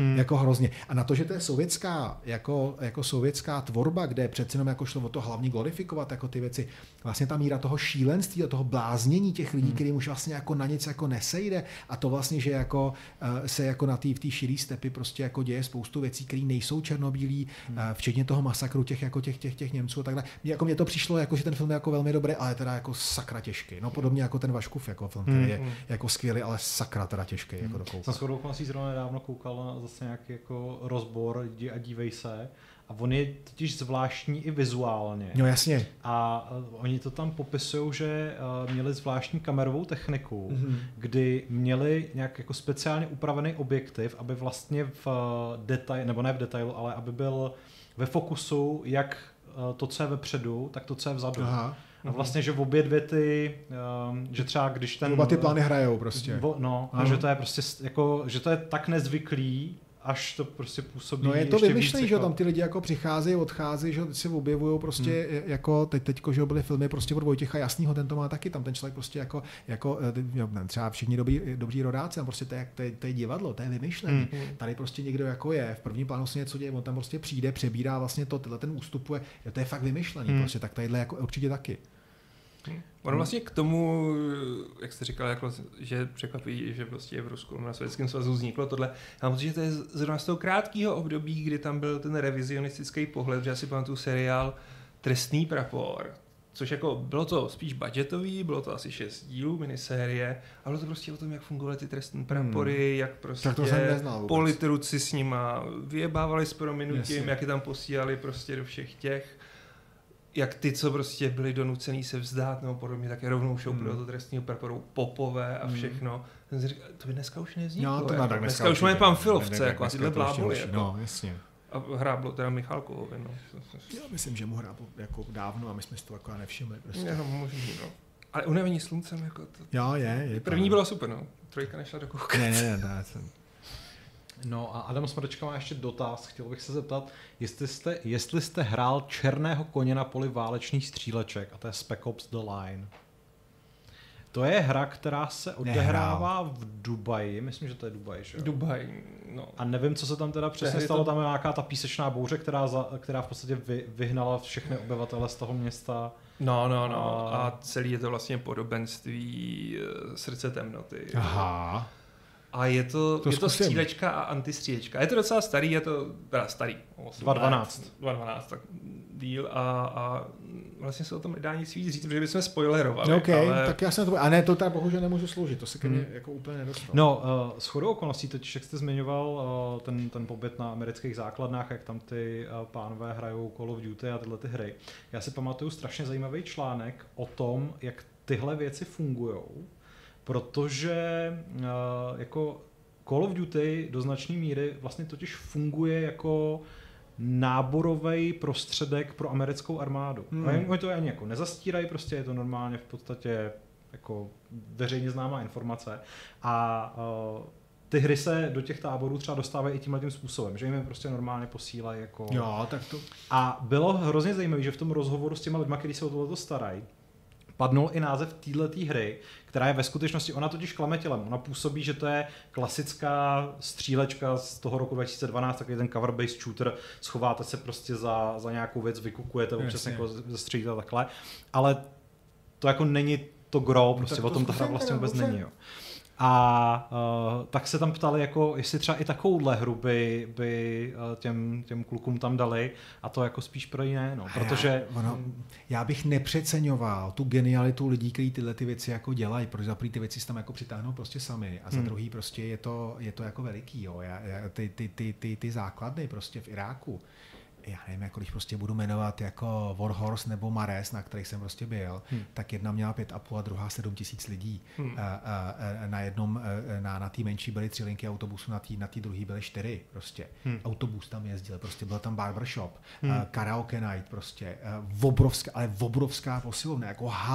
Jako hrozně. A na to, že to je sovětská, jako sovětská tvorba, kde přece jenom jako šlo o to hlavně glorifikovat jako ty věci, vlastně ta míra toho šílenství a toho bláznění těch lidí, kterým už vlastně jako na nic jako nesejde, a to vlastně, že jako se jako na v té širý stepy prostě jako děje spoustu věcí, které nejsou černobílý, včetně toho masakru těch Němců a tak dále. Mně to přišlo jako, že ten film je jako velmi dobrý, ale teda jako sakra těžký. No podobně jako ten Vaškův jako film, který je jako skvělý, ale sakra teda těžký jako do kouka. Jsem shodou okolností zrovna nedávno koukal na zase nějaký jako rozbor, jdi a dívej se. A on je totiž zvláštní i vizuálně. No jasně. A oni to tam popisují, že měli zvláštní kamerovou techniku, kdy měli nějak jako speciálně upravený objektiv, aby vlastně v detailu, nebo ne v detailu, ale aby byl ve fokusu jak to, co je vepředu, tak to, co je vzadu. Aha. A vlastně, že v obě dvě ty, že třeba když ten... Oba ty plány hrajou prostě. A že to je prostě jako, že to je tak nezvyklý, až to prostě působí. No je to vymyšlený, že tam ty lidi jako přicházejí, odcházejí, že si objevují prostě jako teďko, že byly filmy prostě od Vojtěcha Jasnýho, ten to má taky, tam ten člověk prostě jako třeba všichni dobří rodáci, tam prostě to je divadlo, to je vymyšlený. Tady prostě někdo jako je, v prvním plánu se něco děje, on tam prostě přijde, přebírá vlastně tyhle ten ústupuje, to je fakt vymyšlený, prostě tak tadyhle jako určitě taky. Ono vlastně k tomu, jak jste říkal, jako, že překvapí, že prostě v Rusku na Sovětském svazu vzniklo tohle. Já mám pocit, že to je zrovna z toho krátkého období, kdy tam byl ten revizionistický pohled, že já si pamatuju seriál Trestný prapor, což jako bylo to spíš budgetový, bylo to asi 6 dílů, minisérie, a bylo to prostě o tom, jak fungovaly ty trestní prapory, jak prostě politruci s nima vyjebávali s prominutím, jak je tam posílali prostě do všech těch, jak ty, co prostě byli donucený se vzdát nebo podobně, tak je rovnou šoupli do toho trestního praporu popové a všechno. Jsem si říkal, to by dneska už nevzniklo. No, to jako. Dneska už máme Pamfilovce, jako a tyhle bláboli. Jako. No, jasně. A hráblo teda Michalkovovi. No. Já myslím, že mu hráblo jako dávno a my jsme si to jako nevšimli. Prostě. No, možný, no. Ale Unavení sluncem, jako to... Jo, je první bylo super, no. Trojka nešla do koukat. Ne. No a Adam Smrčka má ještě dotaz. Chtěl bych se zeptat, jestli jste hrál Černého koně na poli válečných stříleček, a to je Spec Ops The Line. To je hra, která se odehrává v Dubaji. Myslím, že to je Dubaj, že jo? Dubaj, no. A nevím, co se tam teda přesně stalo. Tam je nějaká ta písečná bouře, která v podstatě vyhnala všechny obyvatele z toho města. No. A celý je to vlastně podobenství Srdce temnoty. Aha. A je to střílečka a antistřílečka. Je to docela starý, je to teda starý. 2012, tak díl a vlastně se o tom nedá nic víc říct, protože bychom spoilerovali. OK, ale... tak já jsem to... A ne, to teda bohužel nemůžu sloužit, to se ke mně jako úplně nedostalo. No, shodou okolností, totiž jak jste zmiňoval ten pobyt na amerických základnách, jak tam ty pánové hrajou Call of Duty a tyhle ty hry. Já si pamatuju strašně zajímavý článek o tom, jak tyhle věci fungujou, protože jako Call of Duty do značné míry vlastně totiž funguje jako náborový prostředek pro americkou armádu. Oni to ani jako nezastírají, prostě je to normálně v podstatě jako veřejně známá informace a ty hry se do těch táborů třeba dostávají i tímhletím způsobem, že jim je prostě normálně posílají jako... Jo, tak to... A bylo hrozně zajímavé, že v tom rozhovoru s těma lidma, kteří se o tohleto starají, padnul i název této hry, která je ve skutečnosti, ona totiž klame tělem. Ona působí, že to je klasická střílečka z toho roku 2012, takový ten cover-based shooter, schováte se prostě za nějakou věc, vykukujete, občas jako zastřílíte takhle, ale to jako není to gro, prostě o tom ta hra vlastně vůbec není. Jo. A tak se tam ptali, jako, jestli třeba i takovouhle hru by těm klukům tam dali, a to jako spíš pro jiné, no, protože... Já bych nepřeceňoval tu genialitu lidí, kteří tyhle ty věci jako dělají, protože za první ty věci si tam jako přitáhnou prostě sami a za druhý prostě je to jako veliký, jo. Ty základny prostě v Iráku, já nevím, jako když prostě budu jmenovat jako Warhorse nebo Mares, na kterých jsem prostě byl, tak jedna měla 5,5 a druhá 7 000 lidí. Na jednom, na té menší byly 3 linky autobusu, na té druhé byly 4 prostě. Autobus tam jezdil, prostě byl tam barbershop, karaoke night prostě, obrovská posilovna, jako hala.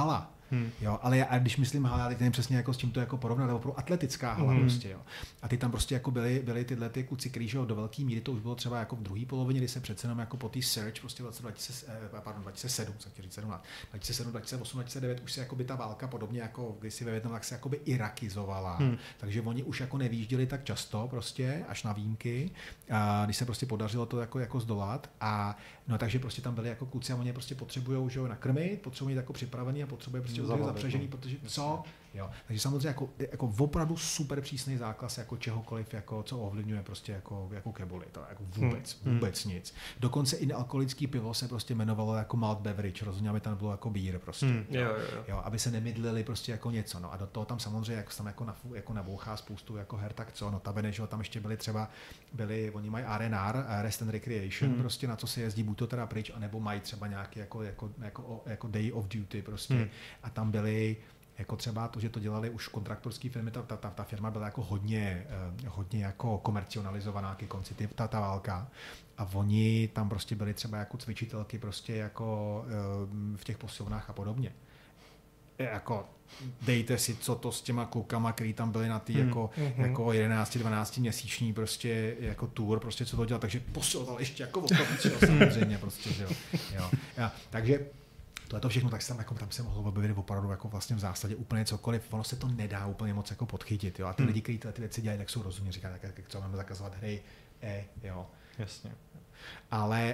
Jo, ale když myslím hala, teď nevím přesně jako s tím to jako porovnat, opravdu atletická hala prostě, jo. A ty tam prostě jako byli tyhle ty kluci, kteří do velké míry, to už bylo třeba jako v druhé polovině, kdy se přece jenom jako po té Surge prostě v roce 2007, 2008, 2009 už se jako by ta válka podobně jako kdysi ve Vietnamu, tak se jako by irakizovala. Takže oni už jako nevýjížděli tak často prostě, až na výjimky, a když se prostě podařilo to jako zdolat. A no takže prostě tam byli jako kluci a oni prostě potřebujou, že jo, nakrmit, potřebují jako připravený a potřebuje prostě zapřežený, protože co? Jo. Takže samozřejmě jako opravdu super přísný základ jako čehokoliv, jako co ovlivňuje prostě jako kebuli. To jako vůbec nic. Dokonce i nealkoholický pivo se prostě jmenovalo jako malt beverage, rozuměl, aby tam bylo jako beer prostě. Jo, aby se nemydlili prostě jako něco. No a do toho tam samozřejmě jako nabouchá spoustu jako her, tak co, notabene, že tam ještě oni mají R&R, Rest and Recreation, prostě na co se jezdí, buď to teda pryč, anebo mají třeba nějaký jako Day of Duty prostě. A tam byly jako třeba to, že to dělali už kontraktorský firmy, ta firma byla jako hodně jako komercionalizovaná ke konci ta válka a oni tam prostě byli třeba jako cvičitelky prostě jako v těch posilovnách a podobně. Jako dejte si, co to s těma klukama, který tam byli na ty jako 11-12 měsíční prostě jako tour, prostě co to dělal, takže posiloval ještě jako opravdu, samozřejmě prostě, že jo. Takže to je to všechno, tak se tam se mohlo objevit opravdu jako vlastně v zásadě úplně cokoliv. Ono se to nedá úplně moc jako podchytit, jo. A ty lidi, kteří ty věci dělají, tak jsou rozumně, říkají, tak co máme zakazovat hry, jo. Jasně. Ale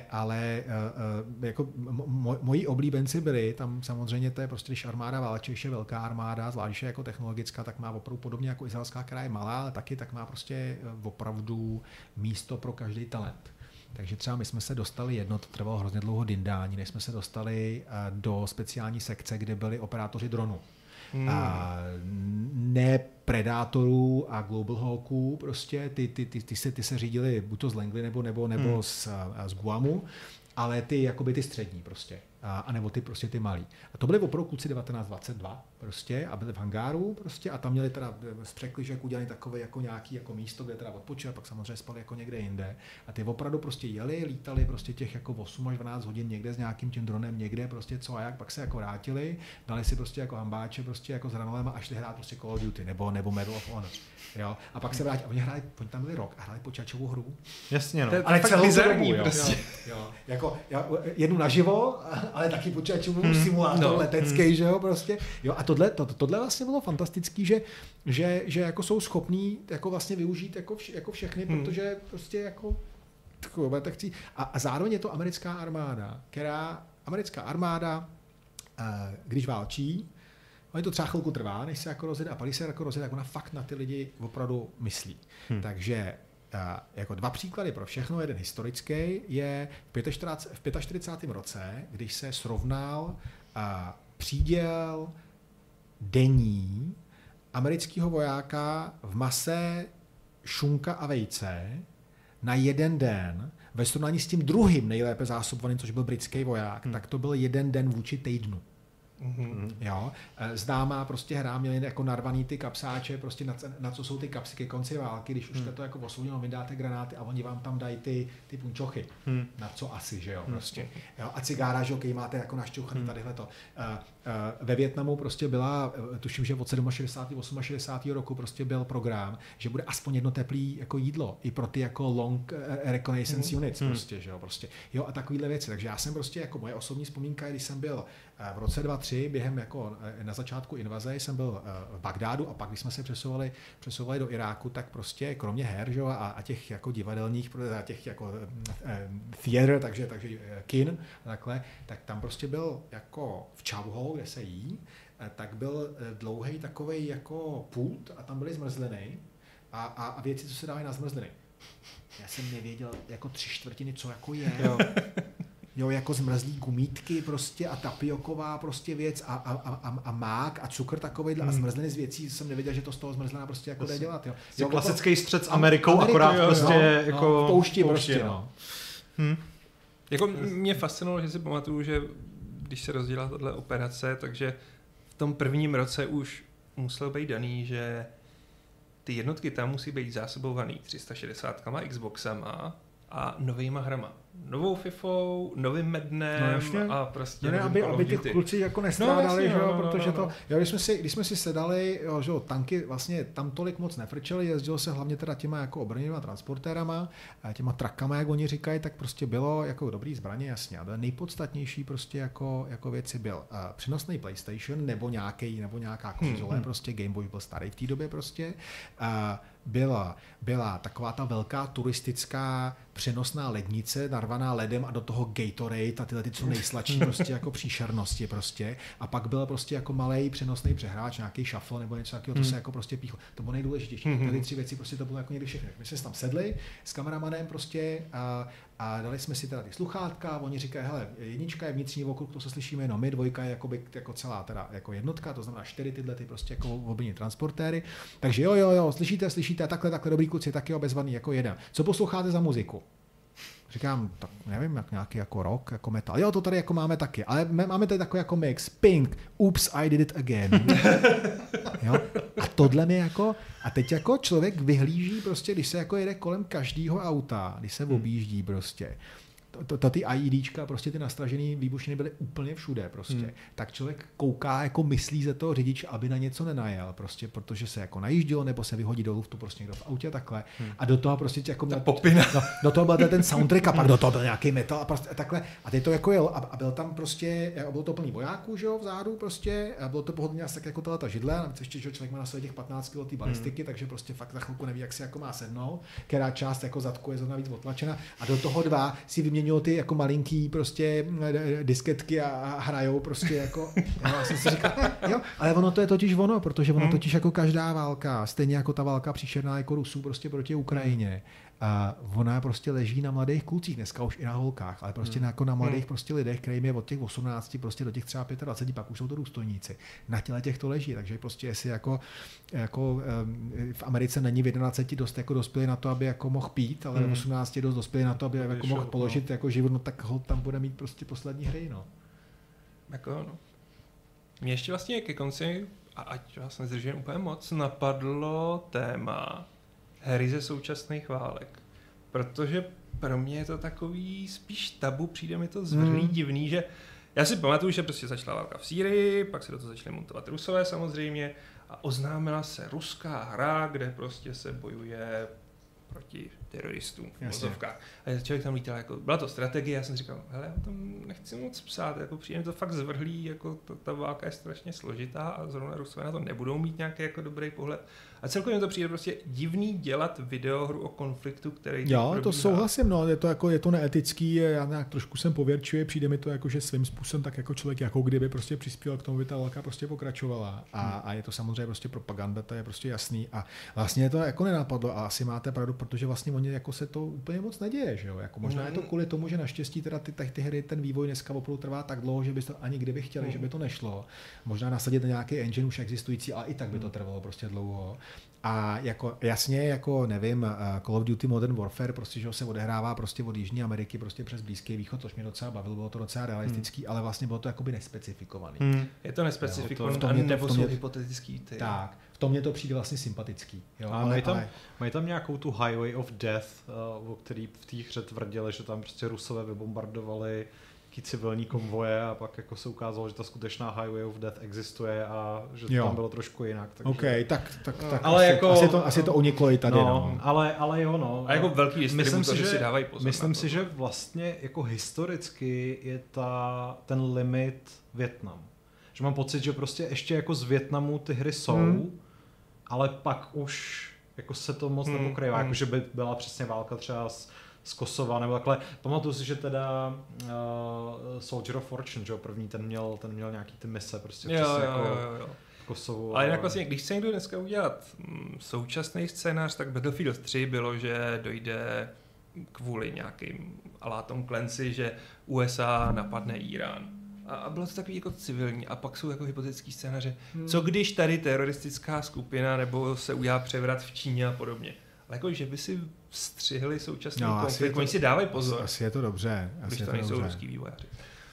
jako moji oblíbenci byli, tam samozřejmě to je prostě, když armáda válčí, je velká armáda, zvláště jako technologická, tak má opravdu podobně jako izraelská, která je malá, ale taky tak má prostě opravdu místo pro každý talent. Takže třeba my jsme se dostali to trvalo hrozně dlouho dindání, než jsme se dostali do speciální sekce, kde byli operátoři dronů. Ne Predátorů a Global Hawků, prostě ty se řídili buď to z Langley nebo z Guamu, ale ty střední prostě. A nebo ty malí. A to byli opravdu kluci 1922 prostě a byli v hangáru prostě a tam měli teda z překližek udělaný takové jako nějaký jako místo, kde teda odpočili, pak samozřejmě spali jako někde jinde. A ty opravdu prostě lítali prostě těch jako 8 až 12 hodin někde s nějakým tím dronem někde prostě co a jak, pak se jako vrátili, dali si prostě jako hambáče prostě jako s hranolem a šli hrát prostě Call of Duty nebo Medal of Honor. Jo? A pak se vrátili, oni tam byli rok a hráli počítačovou hru. Jasně, no. Ale celou dobu, prostě. Jo. Jako jednu naživo, ale taky počítačovou simulátor letecký, že jo, prostě. Jo, a tohle vlastně bylo fantastický, že jako jsou schopní jako vlastně využít jako všechny, protože prostě jako a zároveň je to americká armáda, když válčí, oni to třeba chvilku trvá, než se jako rozjede a pak když se jako rozjede, tak ona fakt na ty lidi opravdu myslí. Takže jako dva příklady pro všechno, jeden historický je v 45. roce, když se srovnal příděl denní amerického vojáka v mase šunka a vejce na jeden den, ve srovnání s tím druhým nejlépe zásobovaným, což byl britský voják, tak to byl jeden den vůči týdnu. Jo, známá prostě hra, měli jako narvaný ty kapsáče, prostě na co jsou ty kapsy ke konci války, když už jste to jako osvobodili, vy dáte granáty a oni vám tam dají ty punčochy. Na co asi, že jo, prostě. Jo, a cigára, že jo, máte jako našťouchaný tadyhle to. Ve Vietnamu prostě byla, tuším, že od 67. 68. roku prostě byl program, že bude aspoň jedno teplý jako jídlo i pro ty jako long reconnaissance units prostě, že jo, prostě. Jo, a takovýhle věci. Takže já jsem prostě jako moje osobní vzpomínka, když jsem byl v roce 2003 během jako na začátku invaze jsem byl v Bagdádu a pak když jsme se přesouvali do Iráku, tak prostě kromě her, že jo, a těch jako divadelních, a těch jako theater, takže kin, takhle, tak tam prostě byl jako v Chowhall, kde se jí, tak byl dlouhý takovej jako pult a tam byly zmrzliny a věci, co se dávají na zmrzliny. Já jsem nevěděl jako 3/4, co jako je. Jo, jako zmrzlý gumítky prostě a tapioková prostě věc a mák a cukr takovejhle a zmrzliny z věcí, jsem nevěděl, že to z toho zmrzlina prostě jako jde dělat. Jo, klasický střed s Amerikou, akorát prostě jako v poušti prostě, no. Jako mě fascinovalo, že si pamatuju, že když se rozdělala tato operace, takže v tom prvním roce už muselo být daný, že ty jednotky tam musí být zásobovaný 360 Xboxama a novejma hrama. novou FIFou, novým Maddenem a prostě aby ty kluci jako nestrádali, protože to, když jsme si sedali, že tanky vlastně tam tolik moc nefrčeli, jezdilo se hlavně teda těma jako obrněnýma transportérama, těma trakama, jak oni říkají, tak prostě bylo jako dobrý zbraně, jasně, ale nejpodstatnější prostě jako věci byl přenosný PlayStation nebo nějaká konzole, prostě Game Boy byl starý v té době prostě, byla taková ta velká turistická přenosná lednice, narvaná ledem a do toho Gatorade a tyhle ty co nejsladší prostě jako příšernosti prostě. A pak byl prostě jako malej přenosný přehráč, nějaký shuffle nebo něco takového, to se jako prostě píchlo. To bylo nejdůležitější. Tyhle 3 věci prostě to bylo jako někdy všechno. My jsme tam sedli s kameramanem prostě a dali jsme si teda ty sluchátka, oni říkají, hele, 1 je vnitřní okruh, to se slyšíme jenom my, 2 je jako celá teda jako jednotka, to znamená 4 tyhle ty prostě jako obrněné transportéry. Takže jo, slyšíte, takhle dobrý kluci, tak jo, bezvadný, jako jeden. Co posloucháte za muziku? Říkám, tak nevím, jak nějaký jako rock, jako metal. Jo, to tady jako máme taky, ale máme tady takový jako mix. Pink, Oops, I Did It Again. Jo? A tohle mi jako, a teď jako člověk vyhlíží prostě, když se jako jede kolem každého auta, když se objíždí prostě, ty IEDčka, prostě ty nastražený výbušniny byly úplně všude prostě. Tak člověk kouká, jako myslí ze toho řidiče, aby na něco nenajel, prostě, protože se jako najíždělo, nebo se vyhodí do luftu prostě někdo v autě takhle. A do toho prostě jako popina. Do toho byl ten soundtrack a pak do toho byl nějaký metal a prostě takhle. A teď to jako jel a byl tam prostě, bylo to plný vojáků, že jo, vzadu prostě, a bylo to pohodlně asi tak jako ta židle, a ještě, že člověk má na sobě těch 15 kg té balistiky, takže prostě fakt za chvilku neví, jak si jako má sednout, která část jako zadku je zrovna víc otlačena a do toho 2 si vyměňují ty jako malinký prostě disketky a hrajou prostě jako, já jsem si říkal, jo, ale ono to je totiž ono, protože ono totiž jako každá válka, stejně jako ta válka příšerná jako Rusů prostě proti Ukrajině, a ona prostě leží na mladých klucích, dneska už i na holkách, ale prostě jako na mladých prostě lidech, kterým je od těch 18 prostě do těch třeba 25, pak už jsou to důstojníci. Na těch to leží, takže prostě jestli jako v Americe není v 21 dost jako dospělý na to, aby jako mohl pít, ale v 18 dost dospělý na to, aby jako mohl položit jako život, no tak ho tam bude mít prostě poslední hry, no. Jako no. Mě ještě vlastně ke konci, a ať vás nezdržím úplně moc, napadlo téma hry ze současných válek. Protože pro mě je to takový spíš tabu, přijde mi to zvrhlý divný, že já si pamatuju, že prostě začala válka v Sýrii, pak se do toho začali montovat Rusové samozřejmě a oznámila se ruská hra, kde prostě se bojuje proti teroristům v vozovkách. A člověk tam lítal, jako, byla to strategie, já jsem říkal, hele, já tam nechci moc psát, jako přijde mi to fakt zvrhlý, jako ta válka je strašně složitá a zrovna Rusové na to nebudou mít nějaký jako dobrý pohled. A celkově mi to přijde prostě divný dělat videohru o konfliktu, který jo, to souhlasím, no, je to neetický, já nějak trošku jsem pověrčuje, přijde mi to jako, že svým způsobem tak jako člověk jako kdyby prostě přispěl k tomu, aby ta válka prostě pokračovala. A je to samozřejmě prostě propaganda, to je prostě jasný. A vlastně to jako nenapadlo a asi máte pravdu, protože vlastně oni jako se to úplně moc neděje, že jo? Jako možná je to kvůli tomu, že naštěstí teda ty hry, ten vývoj dneska opravdu trvá tak dlouho, že byste ani kdyby chtěli, že by to nešlo. Možná nasadit nějaký engine už existující, ale i tak by to trvalo prostě dlouho. A jako jasně, jako nevím, Call of Duty Modern Warfare, prostě, že se odehrává prostě od Jižní Ameriky prostě přes Blízký východ, což mě docela bavilo, bylo to docela realistický, ale vlastně bylo to jakoby nespecifikovaný. Je to nespecifikovaný, nebo jsou hypotetický. Tak, v tom mě to přijde vlastně sympatický. Jo, mají tam nějakou tu Highway of Death, o který v té hře tvrdili, že tam prostě Rusové vybombardovali civilní konvoje a pak jako se ukázalo, že ta skutečná Highway of Death existuje a že to tam bylo trošku jinak. Takže... OK, tak ale asi to uniklo i tady. No. Ale jo, no. A jako velký distributoři si dávají pozor. Myslím si, že vlastně jako historicky je ten limit Vietnam. Že mám pocit, že prostě ještě jako z Vietnamu ty hry jsou, ale pak už jako se to moc nepokryvá, jako že by byla přesně válka třeba z Kosova nebo takhle. Pamatuju si, že teda Soldier of Fortune, že první, ten měl nějaký ty mise prostě přesně jako v Kosovu. Ale jinak vlastně, když chce někdo dneska udělat současný scénář, tak Battlefield 3 bylo, že dojde kvůli nějakým Tom Clancy, že USA napadne Irán. A bylo to takový jako civilní. A pak jsou jako hypotetický scénáře. Co když tady teroristická skupina nebo se udělá převrat v Číně a podobně. Ale jako, že by si střihli současný konflikt, oni si dávají pozor. Asi je to dobře. Když to nejsou ruský vývojáři.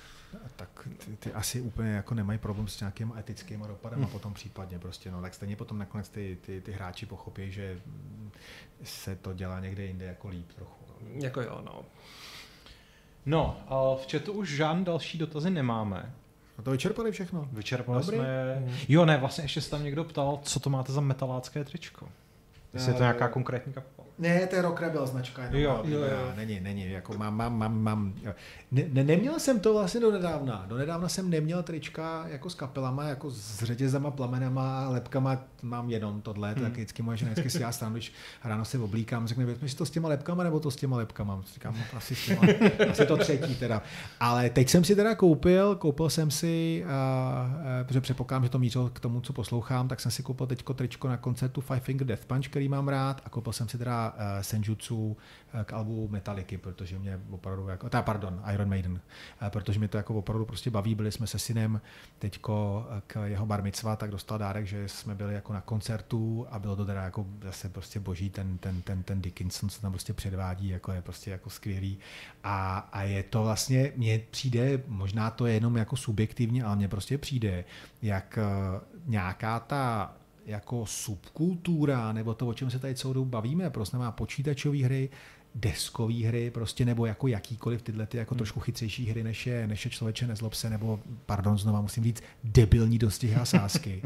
Tak ty asi úplně jako nemají problém s nějakými etickými dopadem a potom případně prostě, no tak stejně potom nakonec ty hráči pochopí, že se to dělá někde jinde jako líp trochu. Jako jo, no. No, v chatu už žádný další dotazy nemáme. A to vyčerpali všechno. Vyčerpali jsme. Jo, ne, vlastně ještě se tam někdo ptal, co to máte za metalácké tričko. Jestli je to nějaká konkrétní kapela. Ne, to je Rock Rebel značka. Jo. Není, jako mám. Neměl jsem to vlastně donedávna jsem neměl trička jako s kapelama, jako s řetězama, plamenama, lepkama, mám jenom tohle, tak vždycky moje žena vždycky si já stanu, když ráno se oblíkám, řekne, vezmeš to s těma lepkama nebo to s těma lepkama? Říkám, asi to třetí teda. Ale teď jsem si teda koupil jsem si, protože předpokládám, že to mířilo k tomu, co poslouchám, tak jsem si koupil teďko tričko na koncertu Five Finger Death Punch, který mám rád, a koupil jsem si teda Senjutsu k albu Metallicy, protože mě opravdu Iron Maiden, protože mě to jako opravdu prostě baví. Byli jsme se synem teďko k jeho bar mitzva, tak dostal dárek, že jsme byli jako na koncertu a bylo to teda jako zase prostě boží, ten Dickinson, co tam prostě předvádí, jako je prostě jako skvělý. A je to vlastně, mně přijde, možná to je jenom jako subjektivně, ale mně prostě přijde, jak nějaká ta jako subkultura, nebo to, o čem se tady celou dobu bavíme, prostě má počítačové hry, deskové hry, prostě, nebo jako jakýkoliv tyhle ty jako trošku chytřejší hry, než je Člověče nezlob se, nebo, znova musím říct, debilní dostihy a sázky.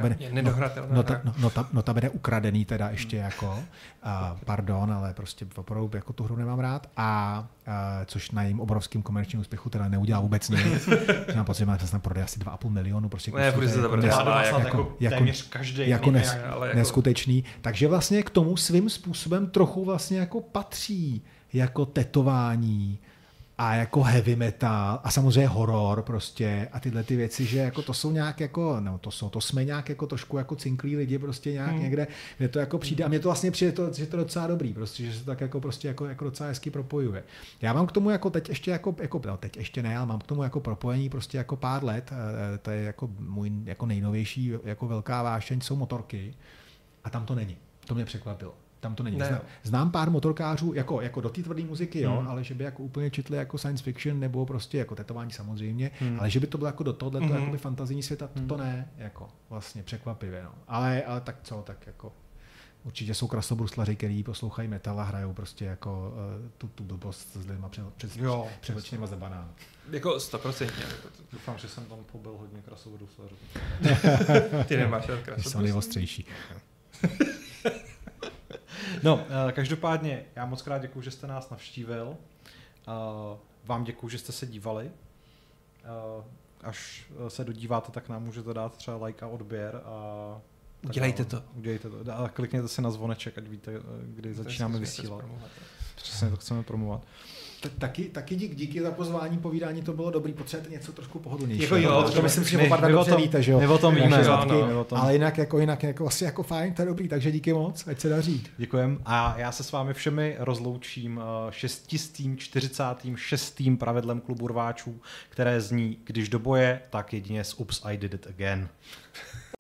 Notabene ukradený teda ještě jako, ale prostě opravdu jako tu hru nemám rád, a což na jejím obrovským komerčním úspěchu teda neudělá vůbec nic. Mám pocit, že se prodej asi 2,5 milionu. Prostě téměř každý. Jako neskutečný. Takže vlastně k tomu svým způsobem trochu vlastně jako patří jako tetování a jako heavy metal a samozřejmě horor prostě a tyhle ty věci, že jako to jsou nějak jako, to jsme nějak jako trošku jako cinklí lidi prostě nějak někde, kde to jako přijde a mně to vlastně přijde, že to je docela dobrý, prostě, že se tak jako prostě jako docela hezky propojuje. Já mám k tomu jako teď ještě teď ještě ne, ale mám k tomu jako propojení prostě jako pár let, to je jako můj jako nejnovější jako velká vášeň, jsou motorky a tam to není. To mě překvapilo. Tam to není. Znám pár motorkářů, jako do té tvrdé muziky, jo, ale že by jako úplně četli jako science fiction nebo prostě jako tetování samozřejmě, ale že by to bylo jako do tohoto jakoby fantazijní světa, to ne, jako vlastně překvapivě, no. Ale tak co, tak jako určitě jsou krasobruslaři, který poslouchají metal a hrajou prostě jako tu blbost s lidma převlečněma za banán. Jako 100%. Doufám, že jsem tam pobyl hodně krasobruslařů. Ty nemáš krasobruslařů. Jsou nejostřejší. No, každopádně já moc krát děkuju, že jste nás navštívil. Vám děkuju, že jste se dívali. Až se dodíváte, tak nám můžete dát třeba like a odběr. Udělejte to. A klikněte se na zvoneček, ať víte, kdy začínáme vysílat. Přesně to chceme promovat. Taky díky za pozvání, povídání, to bylo dobrý, potřebujete něco trošku pohodlnějšího. Jo, to myslím, že oba dobře víte, že jo. My o tom víme. Ale jinak jako asi jako fajn, to je dobrý, takže díky moc, ať se daří. Děkujem a já se s vámi všemi rozloučím 646. pravidlem klubu rváčů, které zní, když do boje, tak jedině s Oops, I did it again.